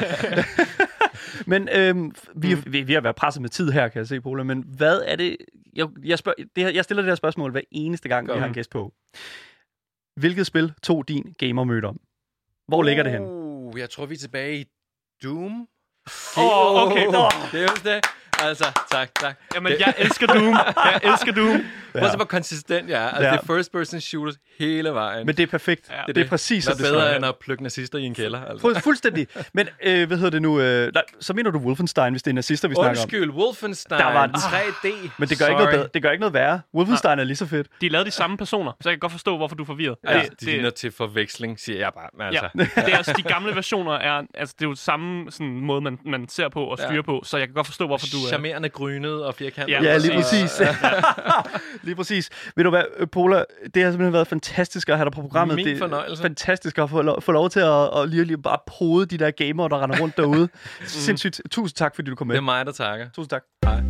S1: Men øhm, vi, mm. vi, vi har været presset med tid her, kan jeg se, Pola. Men hvad er det... Jeg, jeg, spørg, det her, jeg stiller det her spørgsmål hver eneste gang, vi har en gæst på. Hvilket spil tog din gamer møde om? Hvor oh, ligger det hen?
S3: Jeg tror, vi er tilbage i Doom.
S2: Åh, oh, okay. Oh.
S3: Det er jo det. Altså, tak, tak.
S2: Jamen, jeg elsker Doom. Jeg elsker Doom.
S3: Prøv at se, hvor konsistent jeg er. Altså, ja. Det er first-person shooters hele vejen.
S1: Men det er perfekt. Ja. Det, det, det er præcis,
S3: det er bedre end at plukke nazister i en kælder. Altså.
S1: Fuldstændig. Men øh, hvad hedder det nu? Øh, nej, så mener du Wolfenstein, hvis det er nazister, vi snakker om.
S3: Undskyld, Wolfenstein. Der var en tre D.
S1: Men det gør, ikke noget bedre. Det gør ikke noget værre. Wolfenstein ja. Er lige så fedt.
S2: De lavede de samme personer, så jeg kan godt forstå, hvorfor du er forvirret.
S3: Ja, det, de ligner til forveksling, siger jeg bare. Altså.
S2: Ja. Det er altså, de gamle versioner er, altså, det er jo samme sådan, måde, man, man ser på og styrer ja. På, så jeg kan godt forstå, hvorfor du er...
S3: Charmerende grynet og firkantet.
S1: Ja, ja, lige præcis. Ja. Lige præcis. Ved du hvad, Pola, det har simpelthen været fantastisk at have dig på programmet.
S3: Min
S1: det er
S3: fornøjelse.
S1: Fantastisk at få lov, få lov til at, at lige, lige bare pode de der gamere, der render rundt derude. mm. Sindssygt. Tusind tak, fordi du kom med.
S3: Det er mig, der takker.
S1: Tusind tak.
S3: Hej.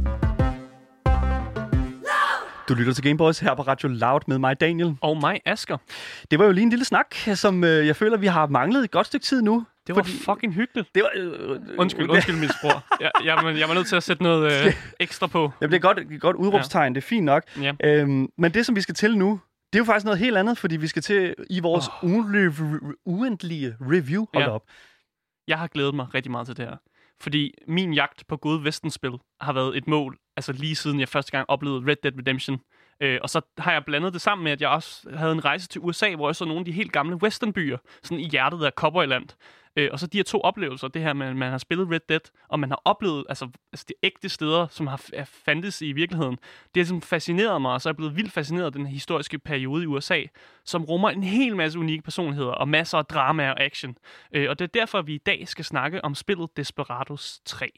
S1: Du lytter til Gameboys her på Radio Loud med mig, Daniel.
S2: Og mig, Asger.
S1: Det var jo lige en lille snak, som øh, jeg føler, vi har manglet et godt stykke tid nu.
S2: Det var fordi... fucking hyggeligt.
S1: Det var, øh,
S2: undskyld, undskyld mit sprog. Jeg, jeg, jeg var nødt til at sætte noget øh, ekstra på.
S1: Jamen, det er godt, et godt udråbstegn, ja. Det er fint nok. Ja. Øhm, men det, som vi skal til nu, det er jo faktisk noget helt andet, fordi vi skal til i vores oh. uendelige, uendelige review. Hold ja. Op.
S2: Jeg har glædet mig rigtig meget til det her. Fordi min jagt på gode Western-spil har været et mål, altså lige siden jeg første gang oplevede Red Dead Redemption. Øh, og så har jeg blandet det sammen med, at jeg også havde en rejse til U S A, hvor jeg så nogle af de helt gamle westernbyer, sådan i hjertet af Cowboyland. Øh, og så de her to oplevelser, det her med, at man har spillet Red Dead, og man har oplevet altså, altså de ægte steder, som har er fandtes i virkeligheden. Det har sådan fascineret mig, og så er jeg blevet vildt fascineret af den historiske periode i U S A, som rummer en hel masse unikke personligheder, og masser af drama og action. Øh, og det er derfor, vi i dag skal snakke om spillet Desperados tre.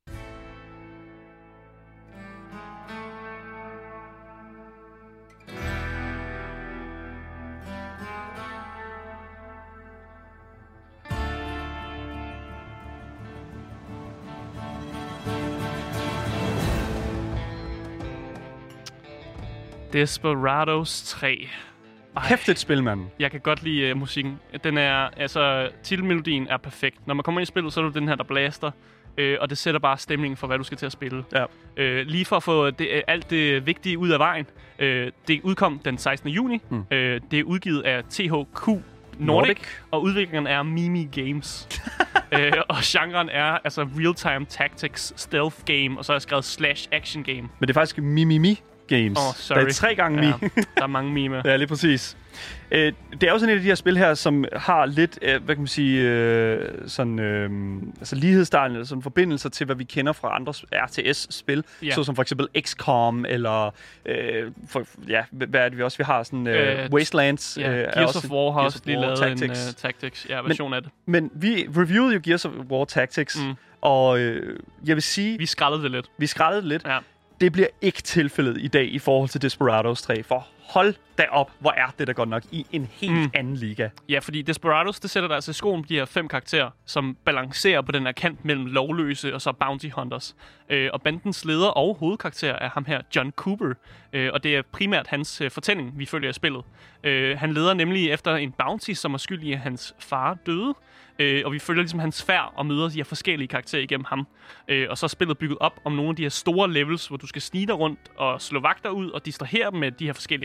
S2: Desperados tre.
S1: Ej, hæftigt spil, mand.
S2: Jeg kan godt lide uh, musikken. Den er, altså, titelmelodien er perfekt. Når man kommer ind i spillet, så er det den her, der blaster. Øh, og det sætter bare stemningen for, hvad du skal til at spille. Ja. Øh, lige for at få det, alt det vigtige ud af vejen. Øh, det udkom den sekstende juni. Mm. Øh, det er udgivet af T H Q Nordic, Nordic. Og udvikleren er Mimi Games. øh, og genren er altså real-time tactics, stealth game, og så er jeg skrevet slash action game.
S1: Men det er faktisk Mimimi Games.
S2: Oh, sorry.
S1: Der er tre gange
S2: ja,
S1: mi.
S2: Der er mange mimer.
S1: Ja, lige præcis. Øh, det er jo sådan et af de her spil her, som har lidt, øh, hvad kan man sige, øh, sådan, øh, altså lighedstegn eller sådan forbindelser til, hvad vi kender fra andre R T S-spil, yeah. såsom for eksempel X COM, eller, øh, for, ja, hvad er det vi også, vi har, sådan øh, uh, Wastelands.
S2: Yeah,
S1: øh,
S2: Gears of War har også lige lavet Tactics. en uh, Tactics ja, version
S1: men,
S2: af det.
S1: Men vi reviewede jo Gears of War Tactics, mm. og øh, jeg vil sige...
S2: Vi skrællede det lidt.
S1: Vi skrællede det lidt.
S2: Ja.
S1: Det bliver ikke tilfældet i dag i forhold til Desperados tre, for hold da op, hvor er det da godt nok i en helt mm. anden liga.
S2: Ja, fordi Desperados, det sætter der altså i skoen de her fem karakterer, som balancerer på den her kant mellem lovløse og så bounty hunters. Øh, og bandens leder og hovedkarakter er ham her, John Cooper. Øh, og det er primært hans øh, fortælling, vi følger i spillet. Øh, han leder nemlig efter en bounty, som er skyld i, at hans far døde. Øh, og vi følger ligesom hans færd og møder de her forskellige karakterer igennem ham. Øh, og så er spillet bygget op om nogle af de her store levels, hvor du skal snige dig rundt og slå vagter ud og distrahere dem med de her forskellige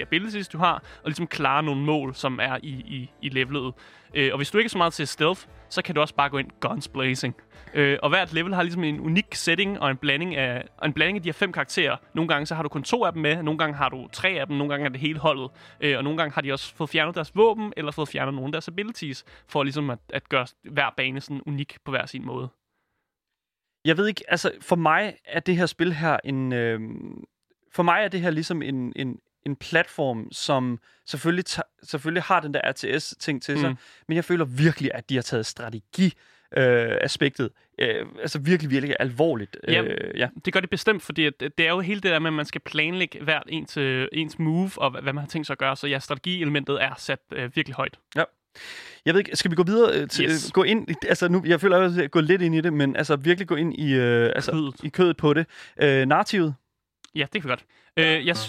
S2: abilities, du har, og ligesom klare nogle mål, som er i, i, i levelet. Øh, og hvis du ikke er så meget til stealth, så kan du også bare gå ind guns blazing. Øh, og hvert level har ligesom en unik setting og en blanding af og en blanding af de her fem karakterer. Nogle gange så har du kun to af dem med, nogle gange har du tre af dem, nogle gange er det hele holdet. Øh, og nogle gange har de også fået fjernet deres våben, eller fået fjernet nogle af deres abilities, for ligesom at, at gøre hver bane sådan unik på hver sin måde.
S1: Jeg ved ikke, altså for mig er det her spil her en... Øh, for mig er det her ligesom en, en, en platform, som selvfølgelig, selvfølgelig har den der R T S-ting til sig, mm. men jeg føler virkelig, at de har taget strategi Øh, aspektet. Øh, altså virkelig, virkelig alvorligt.
S2: Ja,
S1: øh, ja,
S2: det gør det bestemt, fordi at det er jo hele det der med, at man skal planlægge hvert ens, ens move, og hvad man har tænkt sig at gøre, så ja, strategielementet er sat øh, virkelig højt.
S1: Ja. Jeg ved ikke, skal vi gå videre til
S2: yes.
S1: øh, gå ind, altså nu, jeg føler også at gå lidt ind i det, men altså virkelig gå ind i, øh, altså,
S2: kødet.
S1: i kødet på det. Øh, narrativet?
S2: Ja, det kan vi godt. Øh, jeg, sy-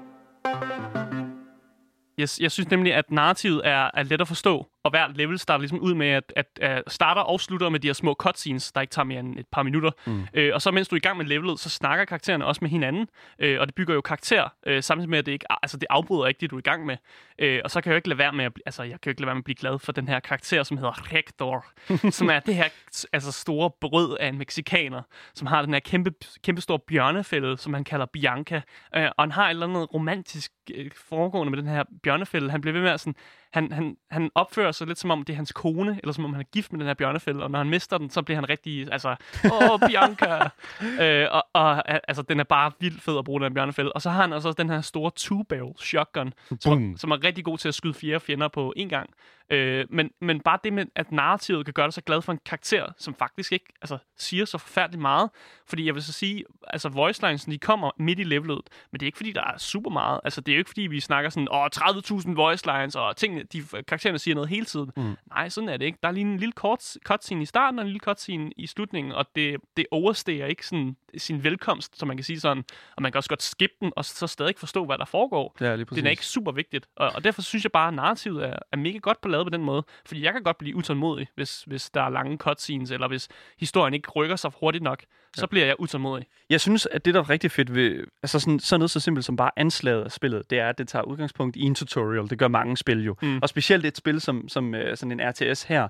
S2: jeg, jeg synes nemlig, at narrativet er, er let at forstå, og hver level starter ligesom ud med, at, at, at starter og slutter med de her små cutscenes, der ikke tager mere end et par minutter. Mm. Øh, og så mens du er i gang med levelet, så snakker karaktererne også med hinanden, øh, og det bygger jo karakter, øh, samtidig med, at det ikke, altså det afbryder ikke det, du er i gang med. Øh, og så kan jeg jo ikke lade være med at, altså jeg kan jo ikke lade være med at blive glad for den her karakter, som hedder Hector, som er det her altså store brød af en meksikaner, som har den her kæmpe, kæmpe store bjørnefælde, som han kalder Bianca, øh, og han har et eller andet romantisk øh, foregående med den her bjørnefælde. Han bliver ved med at sådan, han, han, han opfører sig lidt som om det er hans kone, eller som om han er gift med den her bjørnefælde, og når han mister den, så bliver han rigtig, altså, åh, Bianca! øh, og, og altså, den er bare vildt fed at bruge, den her bjørnefælde. Og så har han også den her store two-barrel shotgun, som, som er rigtig god til at skyde fire fjender på en gang. Øh, men, men bare det med, at narrativet kan gøre dig så glad for en karakter, som faktisk ikke altså, siger så forfærdeligt meget. Fordi jeg vil så sige, altså voice lines, de kommer midt i levelet, men det er ikke fordi, der er super meget. Altså det er jo ikke fordi, vi snakker sådan, åh, tredive tusind voice lines, og tingene, de karaktererne siger noget hele tiden. Mm. Nej, sådan er det ikke. Der er lige en lille kort cutscene i starten, og en lille cutscene i slutningen, og det, det oversteger ikke sådan sin velkomst, så man kan sige sådan, og man kan også godt skippe den, og så stadig forstå, hvad der foregår.
S1: Ja,
S2: det er ikke super vigtigt, og, og derfor synes jeg bare, at narrativet er, er mega godt på lavet på den måde, fordi jeg kan godt blive utålmodig, hvis, hvis der er lange cutscenes, eller hvis historien ikke rykker sig hurtigt nok, ja. Så bliver jeg utålmodig. Jeg
S1: synes, at det, der er rigtig fedt ved, altså sådan, sådan noget så simpelt som bare anslaget af spillet, det er, at det tager udgangspunkt i en tutorial. Det gør mange spil jo. Mm. Og specielt et spil som, som uh, sådan en R T S her,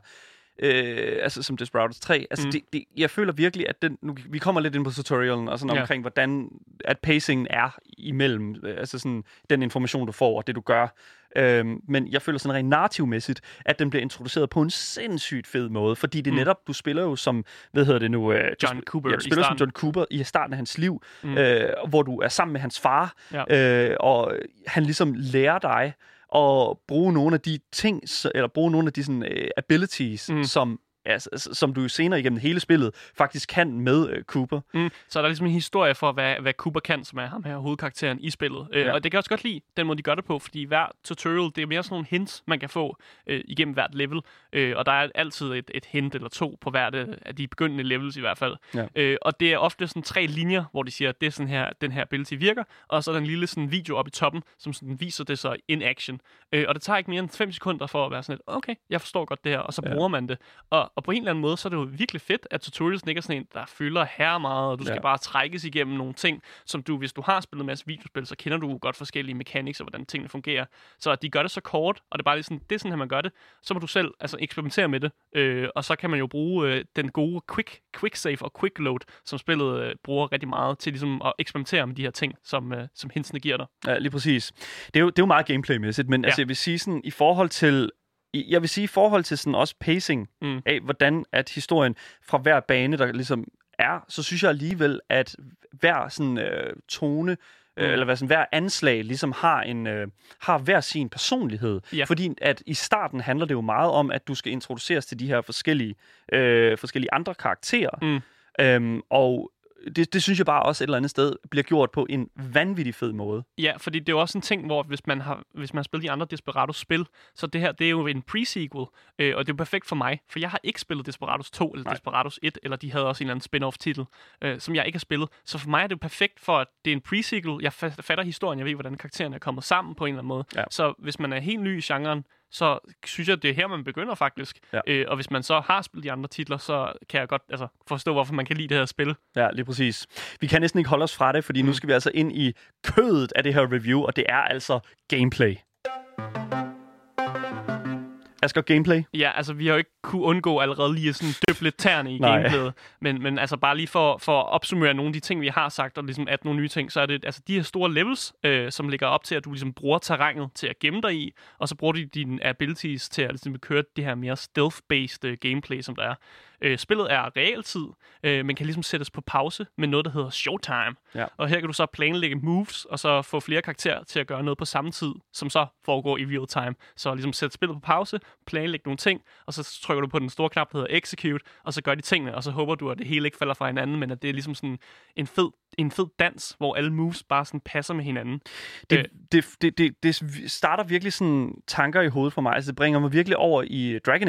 S1: Øh, altså som Desperados tre. Altså, mm. det, det, jeg føler virkelig, at den, nu, vi kommer lidt ind på tutorialen og sådan yeah. omkring, hvordan at pacingen er imellem, altså sådan den information, du får og det, du gør. Øhm, men jeg føler sådan rent narrativmæssigt, at den bliver introduceret på en sindssygt fed måde, fordi det mm. netop, du spiller jo som, hvad hedder det nu? Øh,
S2: John Cooper.
S1: Ja, du spiller som John Cooper i starten af hans liv, mm. øh, hvor du er sammen med hans far, ja. øh, og han ligesom lærer dig og bruge nogle af de ting, eller bruge nogle af de sådan, uh, abilities, mm. som, altså, som du senere igennem hele spillet faktisk kan med uh, Cooper.
S2: Mm. Så er der ligesom en historie for, hvad, hvad Cooper kan, som er ham her hovedkarakteren i spillet. Ja. Uh, og det kan jeg også godt lide, den måde, de gør det på, fordi hver tutorial, det er mere sådan nogle hints, man kan få uh, igennem hvert level. Uh, og der er altid et, et hint eller to på hvert af de begyndende levels i hvert fald. Ja. Uh, og det er ofte sådan tre linjer, hvor de siger, at det er sådan her, den her ability virker, og så er der en lille sådan video oppe i toppen, som sådan viser det så in action. Uh, og det tager ikke mere end fem sekunder for at være sådan lidt, okay, jeg forstår godt det her, og så bruger ja. man det. Og, og på en eller anden måde, så er det jo virkelig fedt, at tutorials ikke er sådan en, der fylder her meget, og du skal ja. bare trækkes igennem nogle ting, som du, hvis du har spillet en masse videospil, så kender du godt forskellige mechanics og hvordan tingene fungerer. Så at de gør det så kort, og det er bare sådan, det er sådan, at man gør det, så må du selv altså, eksperimentere med det, øh, og så kan man jo bruge øh, den gode quick, quick save og quick load, som spillet øh, bruger rigtig meget til ligesom at eksperimentere med de her ting, som, øh, som hintsene giver dig.
S1: Ja, lige præcis. Det er jo, det er jo meget gameplay-mæssigt, men ja. altså, jeg vil sige sådan, i forhold til Jeg vil sige i forhold til sådan også pacing mm. af, hvordan at historien fra hver bane, der ligesom er, så synes jeg alligevel, at hver sådan øh, tone, mm. øh, eller hvad sådan, hver anslag ligesom har en øh, har hver sin personlighed. Ja. Fordi at i starten handler det jo meget om, at du skal introduceres til de her forskellige, øh, forskellige andre karakterer. Mm. Øhm, og Det, det synes jeg bare også et eller andet sted bliver gjort på en vanvittig fed måde.
S2: Ja, fordi det er jo også en ting, hvor hvis man har, hvis man har spillet de andre Desperados-spil, så det her, det er jo en pre-sequel, øh, og det er jo perfekt for mig, for jeg har ikke spillet Desperados to eller Nej. Desperados et, eller de havde også en eller anden spin-off-titel, øh, som jeg ikke har spillet. Så for mig er det jo perfekt for, at det er en pre-sequel. Jeg fatter historien, jeg ved, hvordan karaktererne er kommet sammen på en eller anden måde. Ja. Så hvis man er helt ny i genren, så synes jeg, det er her, man begynder faktisk.
S1: Ja.
S2: Øh, og hvis man så har spillet de andre titler, så kan jeg godt altså, forstå, hvorfor man kan lide det her spil.
S1: Ja, lige præcis. Vi kan næsten ikke holde os fra det, fordi mm. nu skal vi altså ind i kødet af det her review, og det er altså gameplay. Asger, gameplay?
S2: Ja, altså vi har jo ikke kunne undgå allerede lige sådan døbe lidt tæerne i gameplayet, men, men altså bare lige for, for at opsummere nogle af de ting, vi har sagt, og ligesom at nogle nye ting, så er det altså de her store levels, øh, som ligger op til, at du ligesom bruger terrænet til at gemme dig i, og så bruger du dine abilities til at ligesom køre det her mere stealth-based øh, gameplay, som der er. Øh, spillet er realtid, øh, men kan ligesom sættes på pause med noget, der hedder showtime.
S1: Ja. Og
S2: her kan du så planlægge moves, og så få flere karakterer til at gøre noget på samme tid, som så foregår i real time. Så ligesom sætte spillet på pause, planlægge nogle ting, og så trykker du på den store knap, der hedder execute, og så gør de tingene, og så håber du, at det hele ikke falder fra hinanden, men at det er ligesom sådan en fed, en fed dans, hvor alle moves bare sådan passer med hinanden.
S1: Det, øh. det, det, det, det starter virkelig sådan tanker i hovedet for mig. Altså det bringer mig virkelig over i Dragon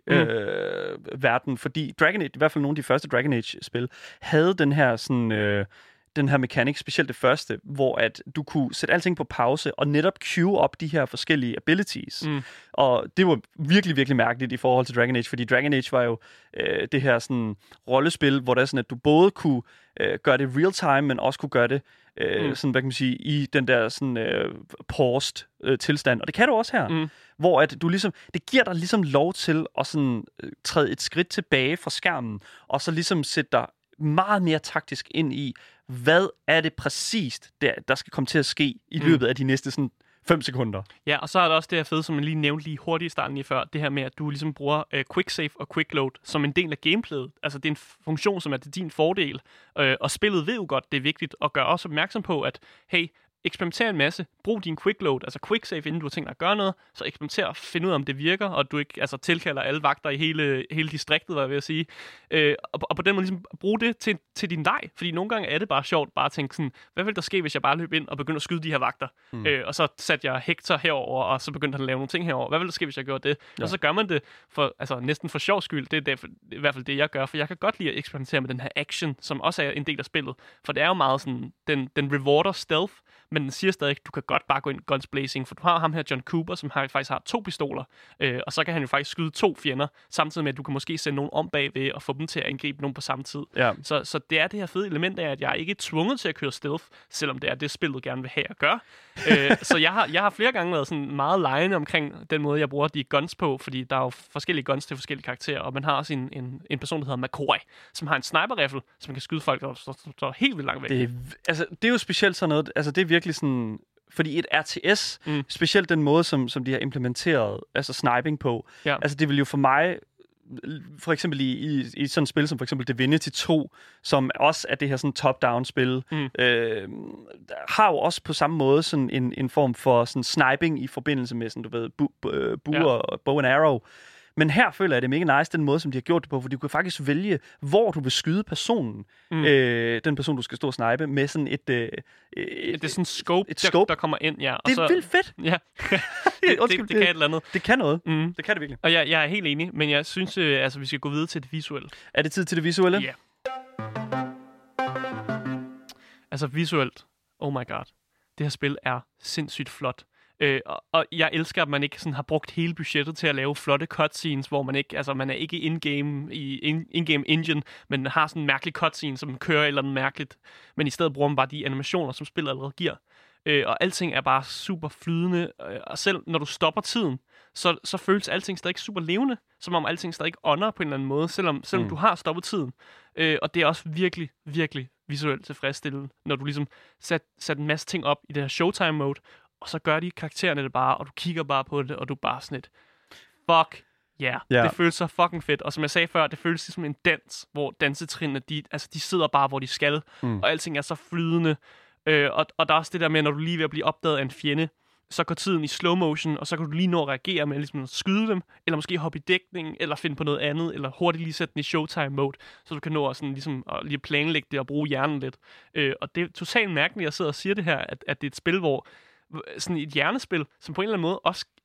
S1: Age-verden, mm. øh, fordi Dragon Age, i hvert fald nogle af de første Dragon Age-spil, havde den her sådan... Øh, den her mekanik, specielt det første, hvor at du kunne sætte alting på pause og netop queue op de her forskellige abilities. Mm. Og det var virkelig, virkelig mærkeligt i forhold til Dragon Age, fordi Dragon Age var jo øh, det her sådan rollespil, hvor det er sådan, at du både kunne øh, gøre det real time, men også kunne gøre det øh, mm. sådan, hvad kan man sige, i den der sådan øh, paused øh, tilstand. Og det kan du også her. Mm. Hvor at du ligesom, det giver dig ligesom lov til at sådan, øh, træde et skridt tilbage fra skærmen, og så ligesom sætte dig meget mere taktisk ind i, hvad er det præcist, der, der skal komme til at ske i løbet mm. af de næste sådan fem sekunder.
S2: Ja, og så er der også det her fede, som jeg lige nævnte lige hurtigt i starten lige før, det her med, at du ligesom bruger uh, quick save og quick load som en del af gameplayet. Altså det er en funktion, som er til din fordel, uh, og spillet ved jo godt, det er vigtigt, og gør også opmærksom på, at hey, eksperimenter en masse, brug din quick load, altså quick save, inden du har tænkt dig at gøre noget, så eksperimenter og find ud af, om det virker, og du ikke altså, tilkalder alle vagter i hele, hele distriktet, hvad jeg vil sige. Øh, og, og på den måde ligesom bruge det til, til din leg, fordi nogle gange er det bare sjovt, bare at tænke sådan, hvad vil der ske, hvis jeg bare løb ind og begynder at skyde de her vagter? Mm. Øh, og så satte jeg Hector herover, og så begyndte han at lave nogle ting herover. Hvad vil der ske, hvis jeg gjorde det? Ja. Og så gør man det for, altså, næsten for sjov skyld. Det er derfor, i hvert fald det, jeg gør, for jeg kan godt lide at eksperimentere med den her action, som også er en del af spillet. For det er jo meget sådan, den, den rewarder stealth, men den siger stadig, du kan godt bare gå ind guns blazing, for du har ham her, John Cooper, som har, faktisk har to pistoler, øh, og så kan han jo faktisk skyde to fjender, samtidig med, at du kan måske sende nogen om bagved og få dem til at angribe nogen på samme tid. Ja. Så, så det er det her fede element af, at jeg er ikke tvunget til at køre stealth, selvom det er det, spillet gerne vil have at gøre. øh, så jeg har, jeg har flere gange været sådan meget legende omkring den måde, jeg bruger de guns på, fordi der er jo forskellige guns til forskellige karakterer, og man har også en, en, en person, der hedder McCoy, som har en sniper-rifle, som kan skyde folk, der står, står helt vildt langt væk.
S1: Det, altså, det er jo specielt sådan noget, altså det er virkelig sådan... Fordi et R T S, mm. specielt den måde, som, som de har implementeret altså sniping på, ja. Altså det vil jo for mig, for eksempel i, i, i sådan et spil som for eksempel Divinity to, som også er det her sådan top-down-spil, mm. øh, har jo også på samme måde sådan en, en form for sådan sniping i forbindelse med sådan, du ved, bu, bu, bu ja. og bow and arrow. Men her føler jeg, det er mega nice, den måde, som de har gjort det på, for du kan faktisk vælge, hvor du vil skyde personen, mm. øh, den person, du skal stå og snipe, med sådan et... Øh, et
S2: det er sådan en scope,
S1: et scope.
S2: Der, der kommer ind, ja. Og
S1: det er
S2: så,
S1: vildt fedt!
S2: Ja, det, Undskyld, det, det, det kan et eller andet.
S1: Det kan noget. Mm. Det kan det virkelig.
S2: Og jeg, jeg er helt enig, men jeg synes, øh, altså, vi skal gå videre til det visuelle.
S1: Er det tid til det visuelle?
S2: Ja. Yeah. Altså visuelt, oh my god, det her spil er sindssygt flot. Øh, og, og jeg elsker, at man ikke sådan har brugt hele budgettet til at lave flotte cutscenes, hvor man ikke, altså man er ikke in-game i in-game engine, men har sådan en mærkelig cutscene, som kører et eller andet mærkeligt, men i stedet bruger man bare de animationer, som spillet allerede giver. Øh, og alting er bare super flydende, øh, og selv når du stopper tiden, så, så føles alting stadig super levende, som om alting stadig ånder på en eller anden måde, selvom, selvom mm. du har stoppet tiden. Øh, og det er også virkelig, virkelig visuelt tilfredsstillende, når du ligesom sat, sat en masse ting op i det her showtime-mode, og så gør de karaktererne det bare, og du kigger bare på det, og du er bare sådan et, fuck, yeah. yeah. Det føles så fucking fedt. Og som jeg sagde før, det føles ligesom en dans, hvor dansetrinene, de, altså, de sidder bare, hvor de skal, mm. og alting er så flydende. Øh, og, og der er også det der med, når du lige er ved at blive opdaget af en fjende, så går tiden i slow motion, og så kan du lige nå at reagere med ligesom at skyde dem, eller måske hoppe i dækning, eller finde på noget andet, eller hurtigt lige sætte den i showtime mode, så du kan nå at, sådan, ligesom, at lige planlægge det og bruge hjernen lidt. Øh, og det er totalt mærkeligt, at jeg sidder og siger det her, at, at det er et spil, hvor sådan et hjernespil, som på en eller anden måde også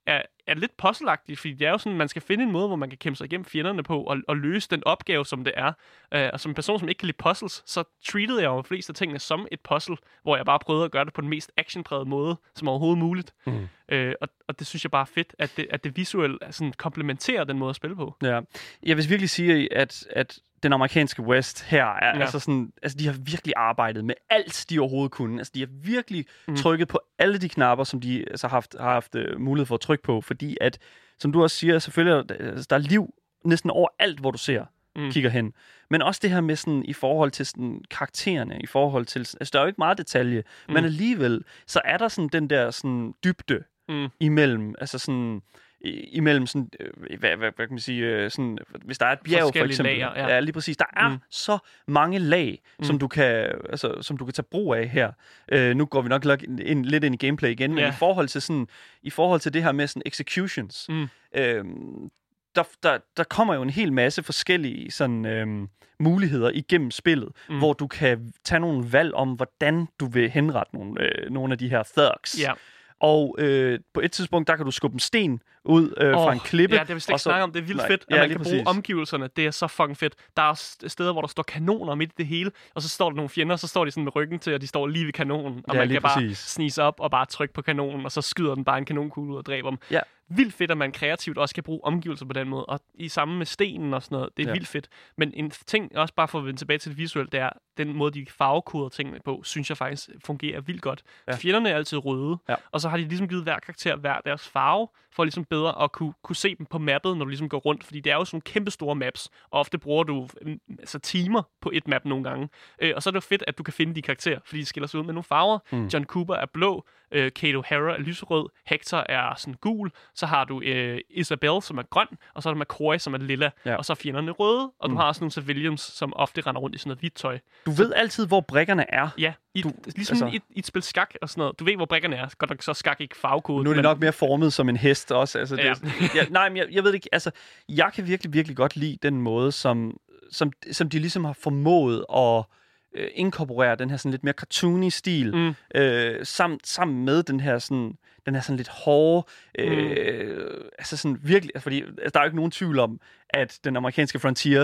S2: er, er lidt puzzleagtigt, fordi det er jo sådan, man skal finde en måde, hvor man kan kæmpe sig igennem fjenderne på, og, og løse den opgave, som det er. Uh, og som en person, som ikke kan lide puzzles, så treatede jeg jo de fleste af tingene som et puzzle, hvor jeg bare prøvede at gøre det på den mest actionprægede måde, som overhovedet muligt. Mm. Uh, og, og det synes jeg bare er fedt, at det, at det visuelt sådan komplementerer den måde at spille på.
S1: Ja. Jeg vil virkelig sige, at, at den amerikanske West her er
S2: ja.
S1: altså sådan, altså de har virkelig arbejdet med alt, de overhovedet kunne. Altså de har virkelig mm. trykket på alle de knapper, som de altså, har haft, har haft uh, mulighed for at trykke på, fordi at, som du også siger, selvfølgelig altså, der er liv næsten overalt, hvor du ser, mm. kigger hen. Men også det her med sådan, i forhold til sådan, karaktererne, i forhold til, altså der er jo ikke meget detalje, mm. men alligevel, så er der sådan den der sådan dybde mm. imellem, altså sådan, imellem sådan, øh, hvad, hvad, hvad kan man sige, øh, sådan, hvis der er et bjerg for eksempel,
S2: lager, ja.
S1: ja, lige præcis, der er mm. så mange lag, mm. som du kan, altså, som du kan tage brug af her. Øh, nu går vi nok ind, lidt ind i gameplay igen, men yeah. i forhold til sådan, i forhold til det her med sådan executions, mm. øh, der, der, der kommer jo en hel masse forskellige sådan øh, muligheder igennem spillet, mm. hvor du kan tage nogle valg om, hvordan du vil henrette nogle, øh, nogle af de her thugs.
S2: Yeah.
S1: Og øh, på et tidspunkt, der kan du skubbe en sten ud øh, oh, fra en klippe.
S2: Ja, det vil jeg ikke snakke om. Det er vildt fedt, at ja, man kan præcis. bruge omgivelserne. Det er så fucking fedt. Der er steder, hvor der står kanoner midt i det hele, og så står der nogle fjender, så står de sådan med ryggen til, og de står lige ved kanonen. Og
S1: ja,
S2: man kan
S1: præcis.
S2: bare snige op og bare trykke på kanonen, og så skyder den bare en kanonkugle ud og dræber dem.
S1: Ja.
S2: Vildt fedt, at man kreativt også kan bruge omgivelser på den måde. Og i sammen med stenen og sådan noget. Det er ja. vildt fedt. Men en ting, også bare for at vende tilbage til det visuelle, det er, den måde, de farvekoder tingene på, synes jeg faktisk fungerer vildt godt. Ja. Fjenderne er altid røde, ja. og så har de ligesom givet hver karakter hver deres farve, for ligesom bedre at kunne, kunne se dem på mappet, når du ligesom går rundt. Fordi det er jo sådan nogle kæmpe store maps, og ofte bruger du altså timer på et map nogle gange. Øh, og så er det jo fedt, at du kan finde de karakterer, fordi de skiller sig ud med nogle farver. Mm. John Cooper er blå, øh, Kate O'Hara er lyserød, Hector er sådan gul, så har du øh, Isabel, som er grøn, og så er der McCoy, som er lilla, ja. og så er fjenderne røde, og mm. du har også nogle civilians, som ofte render rundt i sådan noget hvidt tøj.
S1: Du ved altid, hvor brikkerne er.
S2: Ja, i, du, ligesom altså... i, et, i et spil skak og sådan noget. Du ved, hvor brikkerne er. Godt nok så skak ikke farvekodet.
S1: Nu er det
S2: men...
S1: nok mere formet som en hest også. Altså, det,
S2: ja.
S1: ja, nej, men jeg, jeg ved ikke, altså, jeg kan virkelig, virkelig godt lide den måde, som, som, som de ligesom har formået at øh, inkorporere den her sådan lidt mere cartoony stil, mm. øh, sammen, sammen med den her sådan, den her sådan lidt hårde, øh, mm. altså sådan virkelig, altså, fordi altså, der er jo ikke nogen tvivl om, at den amerikanske frontier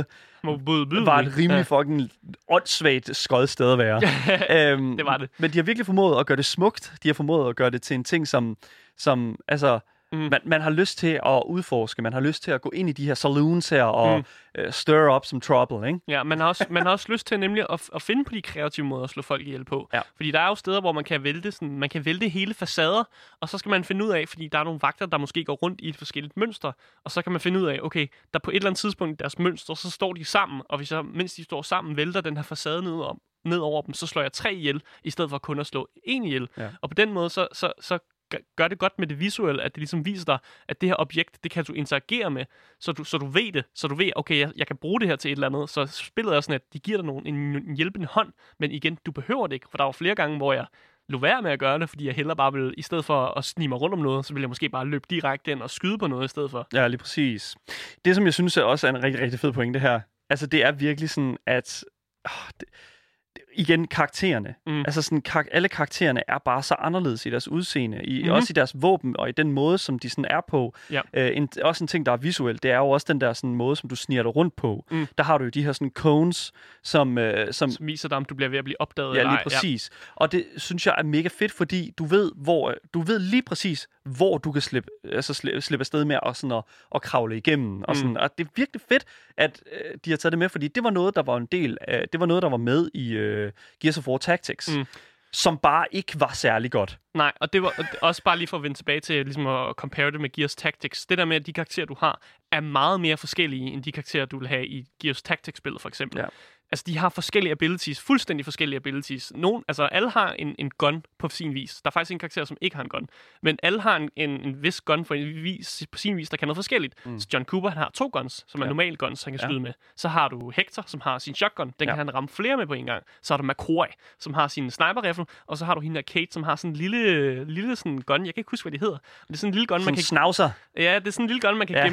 S1: var et rimelig ja. fucking åndssvagt skodsted at være. øhm,
S2: det var det.
S1: Men de har virkelig formået at gøre det smukt. De har formået at gøre det til en ting, som, som altså, mm. man, man har lyst til at udforske. Man har lyst til at gå ind i de her saloons her og mm. uh, stir up some trouble, ikke?
S2: Ja, man har også, man har også lyst til nemlig at, at finde på de kreative måder at slå folk ihjel på. Ja. Fordi der er jo steder, hvor man kan vælte, sådan, man kan vælte hele facader, og så skal man finde ud af, fordi der er nogle vagter, der måske går rundt i et forskelligt mønster, og så kan man finde ud af, okay, der på et eller andet tidspunkt i deres mønster, så står de sammen, og hvis jeg, mens de står sammen, vælter den her facade ned om, ned over dem, så slår jeg tre ihjel, i stedet for kun at slå en ihjel. Ja. Og på den måde, så, så, så gør det godt med det visuelle, at det ligesom viser dig, at det her objekt, det kan du interagere med, så du, så du ved det, så du ved, okay, jeg, jeg kan bruge det her til et eller andet, så spillet er sådan, at de giver dig nogen, en, en hjælpende hånd, men igen, du behøver det ikke, for der var flere gange, hvor jeg lå være med at gøre det, fordi jeg hellere bare ville, i stedet for at snige mig rundt om noget, så ville jeg måske bare løbe direkte ind og skyde på noget i stedet for.
S1: Ja, lige præcis. Det, som jeg synes er også er en rigtig, rigtig fed pointe her, altså det er virkelig sådan, at åh, det, igen, karaktererne. Mm. Altså sådan, kar- alle karaktererne er bare så anderledes i deres udseende, i, mm-hmm. også i deres våben, og i den måde, som de sådan er på. Ja. Øh, en, også en ting, der er visuelt, det er jo også den der sådan måde, som du sniger dig rundt på. Mm. Der har du jo de her sådan cones, som... Øh, som,
S2: som viser dig, om du bliver ved at blive opdaget.
S1: Ja, lige præcis. Ja. Og det synes jeg er mega fedt, fordi du ved, hvor, du ved lige præcis, hvor du kan slippe, altså slippe, slippe afsted med og, sådan, at, at kravle igennem. Og, sådan, mm. og det er virkelig fedt, at øh, de har taget det med, fordi det var noget, der var en del af, det var noget, der var med i øh, Gears of War Tactics, mm. som bare ikke var særlig godt.
S2: Nej, og det var også bare lige for at vende tilbage til ligesom at compare det med Gears Tactics. Det der med, at de karakterer, du har, er meget mere forskellige, end de karakterer, du vil have i Gears Tactics-spillet, for eksempel. Ja. Altså, de har forskellige abilities, fuldstændig forskellige abilities. Nogen, altså, alle har en, en gun på sin vis. Der er faktisk en karakter, som ikke har en gun. Men alle har en, en, en vis gun på, en vis, på sin vis, der kan noget forskelligt. Mm. Så John Cooper, han har to guns, som er ja. normale guns, han kan skyde ja. med. Så har du Hector, som har sin shotgun. Den ja. kan han ramme flere med på en gang. Så har du McCoy, som har sin sniper-rifle. Og så har du hende der Kate, som har sådan en lille, lille sådan gun. Jeg kan ikke huske, hvad det hedder. Men det er sådan en lille gun,
S1: sådan
S2: man kan...
S1: snavser.
S2: Ja, det er sådan en lille gun, man kan ja. gemme sådan op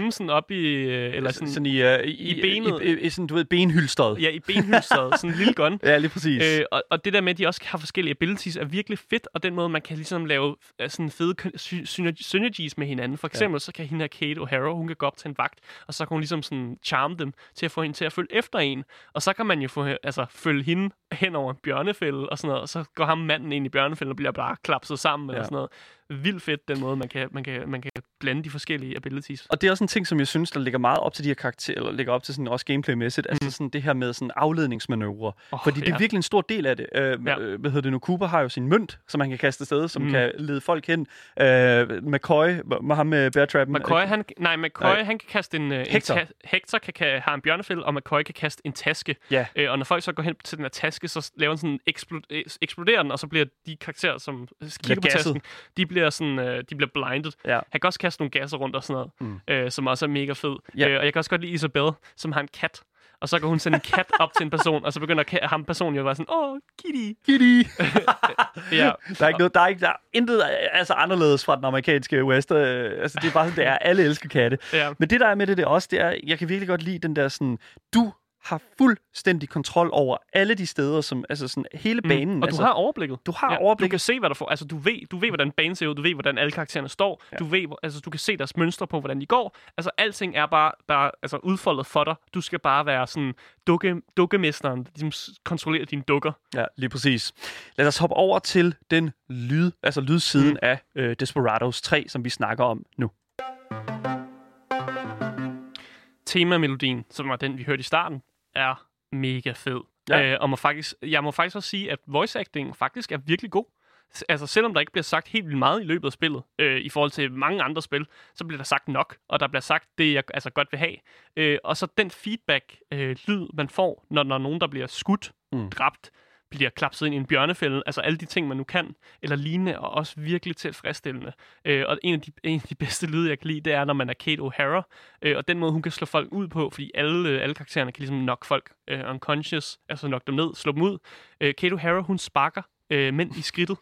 S2: op i... Øh, eller sådan,
S1: sådan i, uh, i,
S2: i benet.
S1: I, i, i sådan, du ved, benhylstret.
S2: Ja, i benhylstret. Sådan en lille gun.
S1: Ja, lige præcis.
S2: Øh, og, og det der med, at de også har forskellige abilities, er virkelig fedt, og den måde, man kan ligesom lave uh, sådan fede synergies med hinanden. For eksempel, ja. så kan hende her Kate O'Hara, hun kan gå op til en vagt, og så kan hun ligesom sådan charme dem til at få hende til at følge efter en. Og så kan man jo få, altså, følge hende hen over en bjørnefælde og sådan noget, og så går ham manden ind i bjørnefælden og bliver bare klapset sammen ja. eller sådan noget. Vildt fedt, den måde, man kan, man kan, man kan blande de forskellige abilities.
S1: Og det er også en ting, som jeg synes, der ligger meget op til de her karakterer, eller ligger op til sådan også gameplay-mæssigt, mm. altså sådan det her med sådan afledningsmanøvrer. Oh, fordi det er ja. virkelig en stor del af det. Øh, ja. Hvad hedder det nu? Cooper har jo sin mønt, som han kan kaste afsted, som mm. kan lede folk hen. Øh, McCoy, med ham med bear trappen.
S2: McCoy, han, nej, McCoy, nej. han kan kaste en...
S1: Hector.
S2: En ta- Hector kan, kan, har en bjørnefælde, og McCoy kan kaste en taske.
S1: Ja. Øh,
S2: og når folk så går hen til den her taske, så laver han sådan ekspl- eksploderer den, og så bliver de karakterer, som kigger på tasken, de bliver sådan... Øh, de bliver blindet. Ja. Han kan også kaste nogle gasser rundt og sådan noget, mm. øh, som også er mega fed. Ja. Øh, og jeg kan også godt lide Isabel, som har en kat. Og så kan hun sende en kat op til en person, og så begynder ka- ham personen jo at være sådan, åh, kitty.
S1: Kitty. ja. Der er ikke noget, der er ikke, der er intet altså anderledes fra den amerikanske west. Altså, det er bare sådan, det er, alle elsker katte. Ja. Men det, der er med det, det også, det er, jeg kan virkelig godt lide den der sådan, du har fuldstændig kontrol over alle de steder, som altså sådan hele banen.
S2: Mm. Og
S1: altså,
S2: du har overblikket.
S1: Du har
S2: ja,
S1: overblikket.
S2: Du kan se, hvad der får. Altså du ved, du ved, hvordan banen ser ud. Du ved, hvordan alle karaktererne står. Ja. Du ved, altså du kan se deres mønstre på, hvordan de går. Altså alting er bare, bare altså udfoldet for dig. Du skal bare være sådan dukke, dukkemesteren, der ligesom kontrollerer dine dukker.
S1: Ja, lige præcis. Lad os hoppe over til den lyd, altså lydsiden mm. af øh, Desperados tre, som vi snakker om nu.
S2: Temamelodien, som var den, vi hørte i starten, er mega fed. Ja. Øh, og må faktisk, jeg må faktisk også sige, at voice acting faktisk er virkelig god. Altså selvom der ikke bliver sagt helt vildt meget i løbet af spillet, øh, i forhold til mange andre spil, så bliver der sagt nok, og der bliver sagt det, jeg altså godt vil have. Øh, og så den feedback-lyd, øh, man får, når, når nogen, der bliver skudt, mm. dræbt, bliver klapset ind i en bjørnefælde, altså alle de ting, man nu kan, eller lignende, og også virkelig tilfredsstillende. Øh, og en af, de, en af de bedste lyde, jeg kan lide, det er, når man er Kate O'Hara, øh, og den måde, hun kan slå folk ud på, fordi alle, øh, alle karaktererne kan ligesom knock folk øh, unconscious, altså knock dem ned, slå dem ud. Øh, Kate O'Hara, hun sparker øh, mænd i skridtet.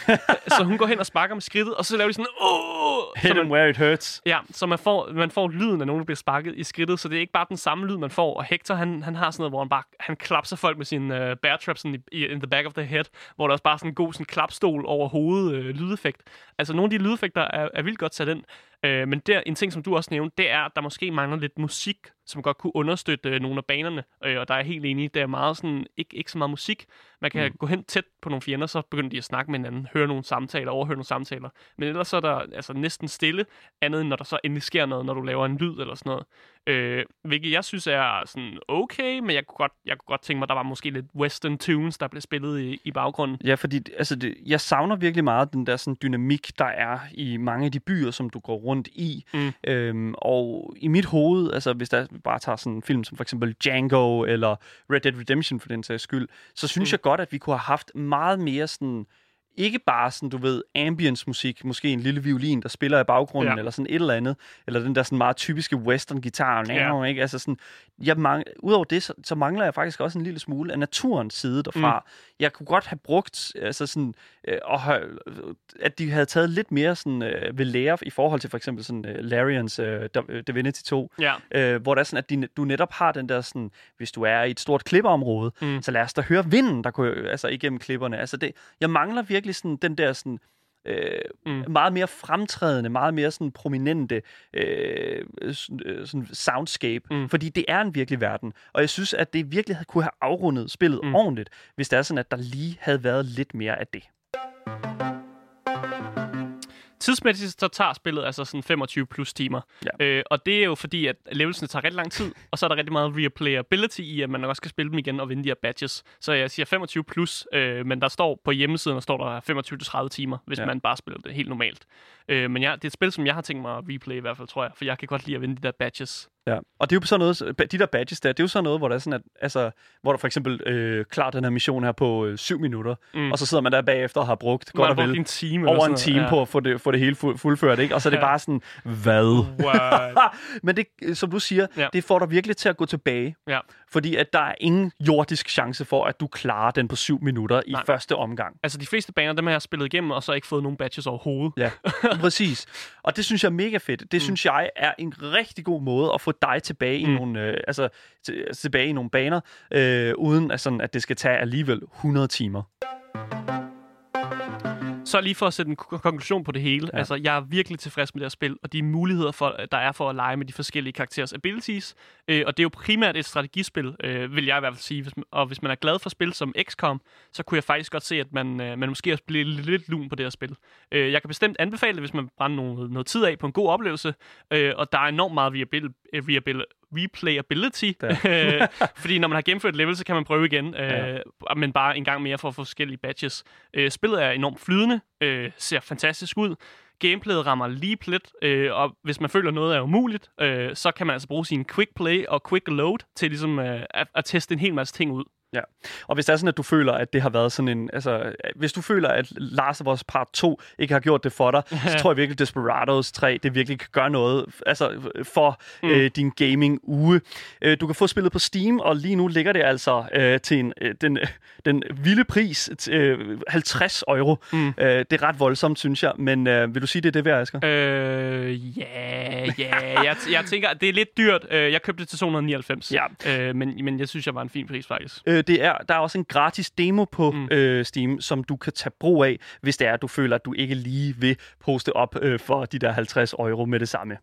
S2: Så hun går hen og sparker med skridtet, og så laver de sådan, åh!
S1: Hit them where it hurts.
S2: Ja, så man får, man får lyden af nogen, der bliver sparket i skridtet, så det er ikke bare den samme lyd, man får. Og Hector, han, han har sådan noget, hvor han bare han klapser folk med sin uh, bear trap sådan i, in the back of the head, hvor der også bare sådan en god sådan, klapstol over hovedet øh, lydeffekt. Altså nogle af de lydeffekter er, er vildt godt sat ind. Øh, men der, en ting, som du også nævnte, det er, at der måske mangler lidt musik, som godt kunne understøtte øh, nogle af banerne. Øh, og der er jeg helt enig, det er meget sådan, ikke, ikke så meget musik. Man kan mm. gå hen tæt på nogle fjender, så begynder de at snakke med hinanden, høre nogle samtaler, overhøre nogle samtaler. Men ellers så er der altså næsten stille, andet end når der så endelig sker noget, når du laver en lyd eller sådan noget. Øh, hvilket jeg synes er sådan okay, men jeg kunne godt, jeg kunne godt tænke mig, at der var måske lidt western tunes, der blev spillet i, i baggrunden.
S1: Ja, fordi altså det, jeg savner virkelig meget den der sådan dynamik, der er i mange af de byer, som du går rundt i. Mm. Øhm, og i mit hoved, altså hvis der bare tager sådan en film som for eksempel Django eller Red Dead Redemption for den sags skyld, så synes mm. jeg godt, at vi kunne have haft meget mere sådan ikke bare sådan, du ved, ambience-musik, måske en lille violin, der spiller i baggrunden, ja. eller sådan et eller andet, eller den der sådan meget typiske western-guitar, ja. ikke? Altså sådan, jeg mang- udover det, så, så mangler jeg faktisk også en lille smule af naturens side derfra. Mm. Jeg kunne godt have brugt, altså sådan, øh, og have, at de havde taget lidt mere sådan øh, ved lære i forhold til for eksempel sådan øh, Larians øh, Divinity to, ja. øh, hvor der er sådan, at de, du netop har den der sådan, hvis du er i et stort klippeområde, mm. så lad os da høre vinden, der kunne, altså igennem klipperne. Altså det, jeg mangler virkelig sådan den der sådan øh, mm. meget mere fremtrædende, meget mere sådan prominente øh, sådan, sådan soundscape, mm. fordi det er en virkelig verden. Og jeg synes, at det virkelig kunne have afrundet spillet mm. ordentligt, hvis det er sådan, at der lige havde været lidt mere af det.
S2: Tidsmæssigt så tager spillet altså sådan femogtyve plus timer. Ja. Øh, og det er jo fordi, at levelsene tager rigtig lang tid, og så er der rigtig meget replayability i, at man også skal spille dem igen og vinde de her badges. Så jeg siger femogtyve plus, øh, men der står på hjemmesiden, der står der femogtyve til tredive timer, hvis ja. man bare spiller det helt normalt. Øh, men ja, det er et spil, som jeg har tænkt mig at replay i hvert fald, tror jeg, for jeg kan godt lide at vinde de der badges.
S1: Ja, og det er jo sådan noget, de der badges der, det er jo sådan noget, hvor der er sådan, at, altså, hvor der for eksempel øh, klarer den her mission her på øh, syv minutter, mm. og så sidder man der bagefter og har brugt godt og vel
S2: en time
S1: over en
S2: sådan,
S1: time ja. på at få det, få det hele fu- fuldført, ikke? Og så er det ja. bare sådan, hvad? Men det, som du siger, ja. det får dig virkelig til at gå tilbage,
S2: ja. fordi
S1: at der er ingen jordisk chance for, at du klarer den på syv minutter i Nej. første omgang.
S2: Altså de fleste baner, dem har jeg spillet igennem, og så ikke fået nogen badges overhovedet.
S1: Ja, præcis. Og det synes jeg er mega fedt. Det mm. synes jeg er en rigtig god måde at få dig tilbage i mm. nogle, øh, altså, t- tilbage i nogle baner, øh, uden at, sådan, at det skal tage alligevel hundrede timer.
S2: Så lige for at sætte en konklusion på det hele. Ja. Altså, jeg er virkelig tilfreds med det her spil, og de muligheder, for, der er for at lege med de forskellige karakterers abilities. Øh, og det er jo primært et strategispil, øh, vil jeg i hvert fald sige. Hvis man, og hvis man er glad for spil som X COM, så kunne jeg faktisk godt se, at man, øh, man måske også bliver lidt lun på det her spil. Øh, jeg kan bestemt anbefale det, hvis man brænder noget, noget tid af på en god oplevelse. Øh, og der er enormt meget viabil- replayability, ja. fordi når man har gennemført level, så kan man prøve igen, øh, ja. men bare en gang mere for at få forskellige badges. Øh, spillet er enormt flydende, øh, ser fantastisk ud, gameplayet rammer lige plet, øh, og hvis man føler noget er umuligt, øh, så kan man altså bruge sin quick play og quick load til ligesom øh, at, at teste en hel masse ting ud.
S1: Ja, og hvis det er sådan, at du føler, at det har været sådan en... Altså, hvis du føler, at Last of Us Part to ikke har gjort det for dig, så tror jeg virkelig, at Desperados tre, det virkelig kan gøre noget altså, for mm. øh, din gaming-uge. Øh, du kan få spillet på Steam, og lige nu ligger det altså øh, til en, øh, den, den vilde pris, øh, halvtreds euro. Mm. Øh, det er ret voldsomt, synes jeg, men øh, vil du sige, det er det værd, Asger?
S2: Øh, ja, ja. Jeg, jeg tænker, at det er lidt dyrt. Jeg købte det til to hundrede og nioghalvfems, ja. øh, men, men jeg synes, jeg var en fin pris, faktisk.
S1: Øh, Det er, der er også en gratis demo på mm. øh, Steam, som du kan tage brug af, hvis det er, at du føler, at du ikke lige vil poste op øh, for de der halvtreds euro med det samme.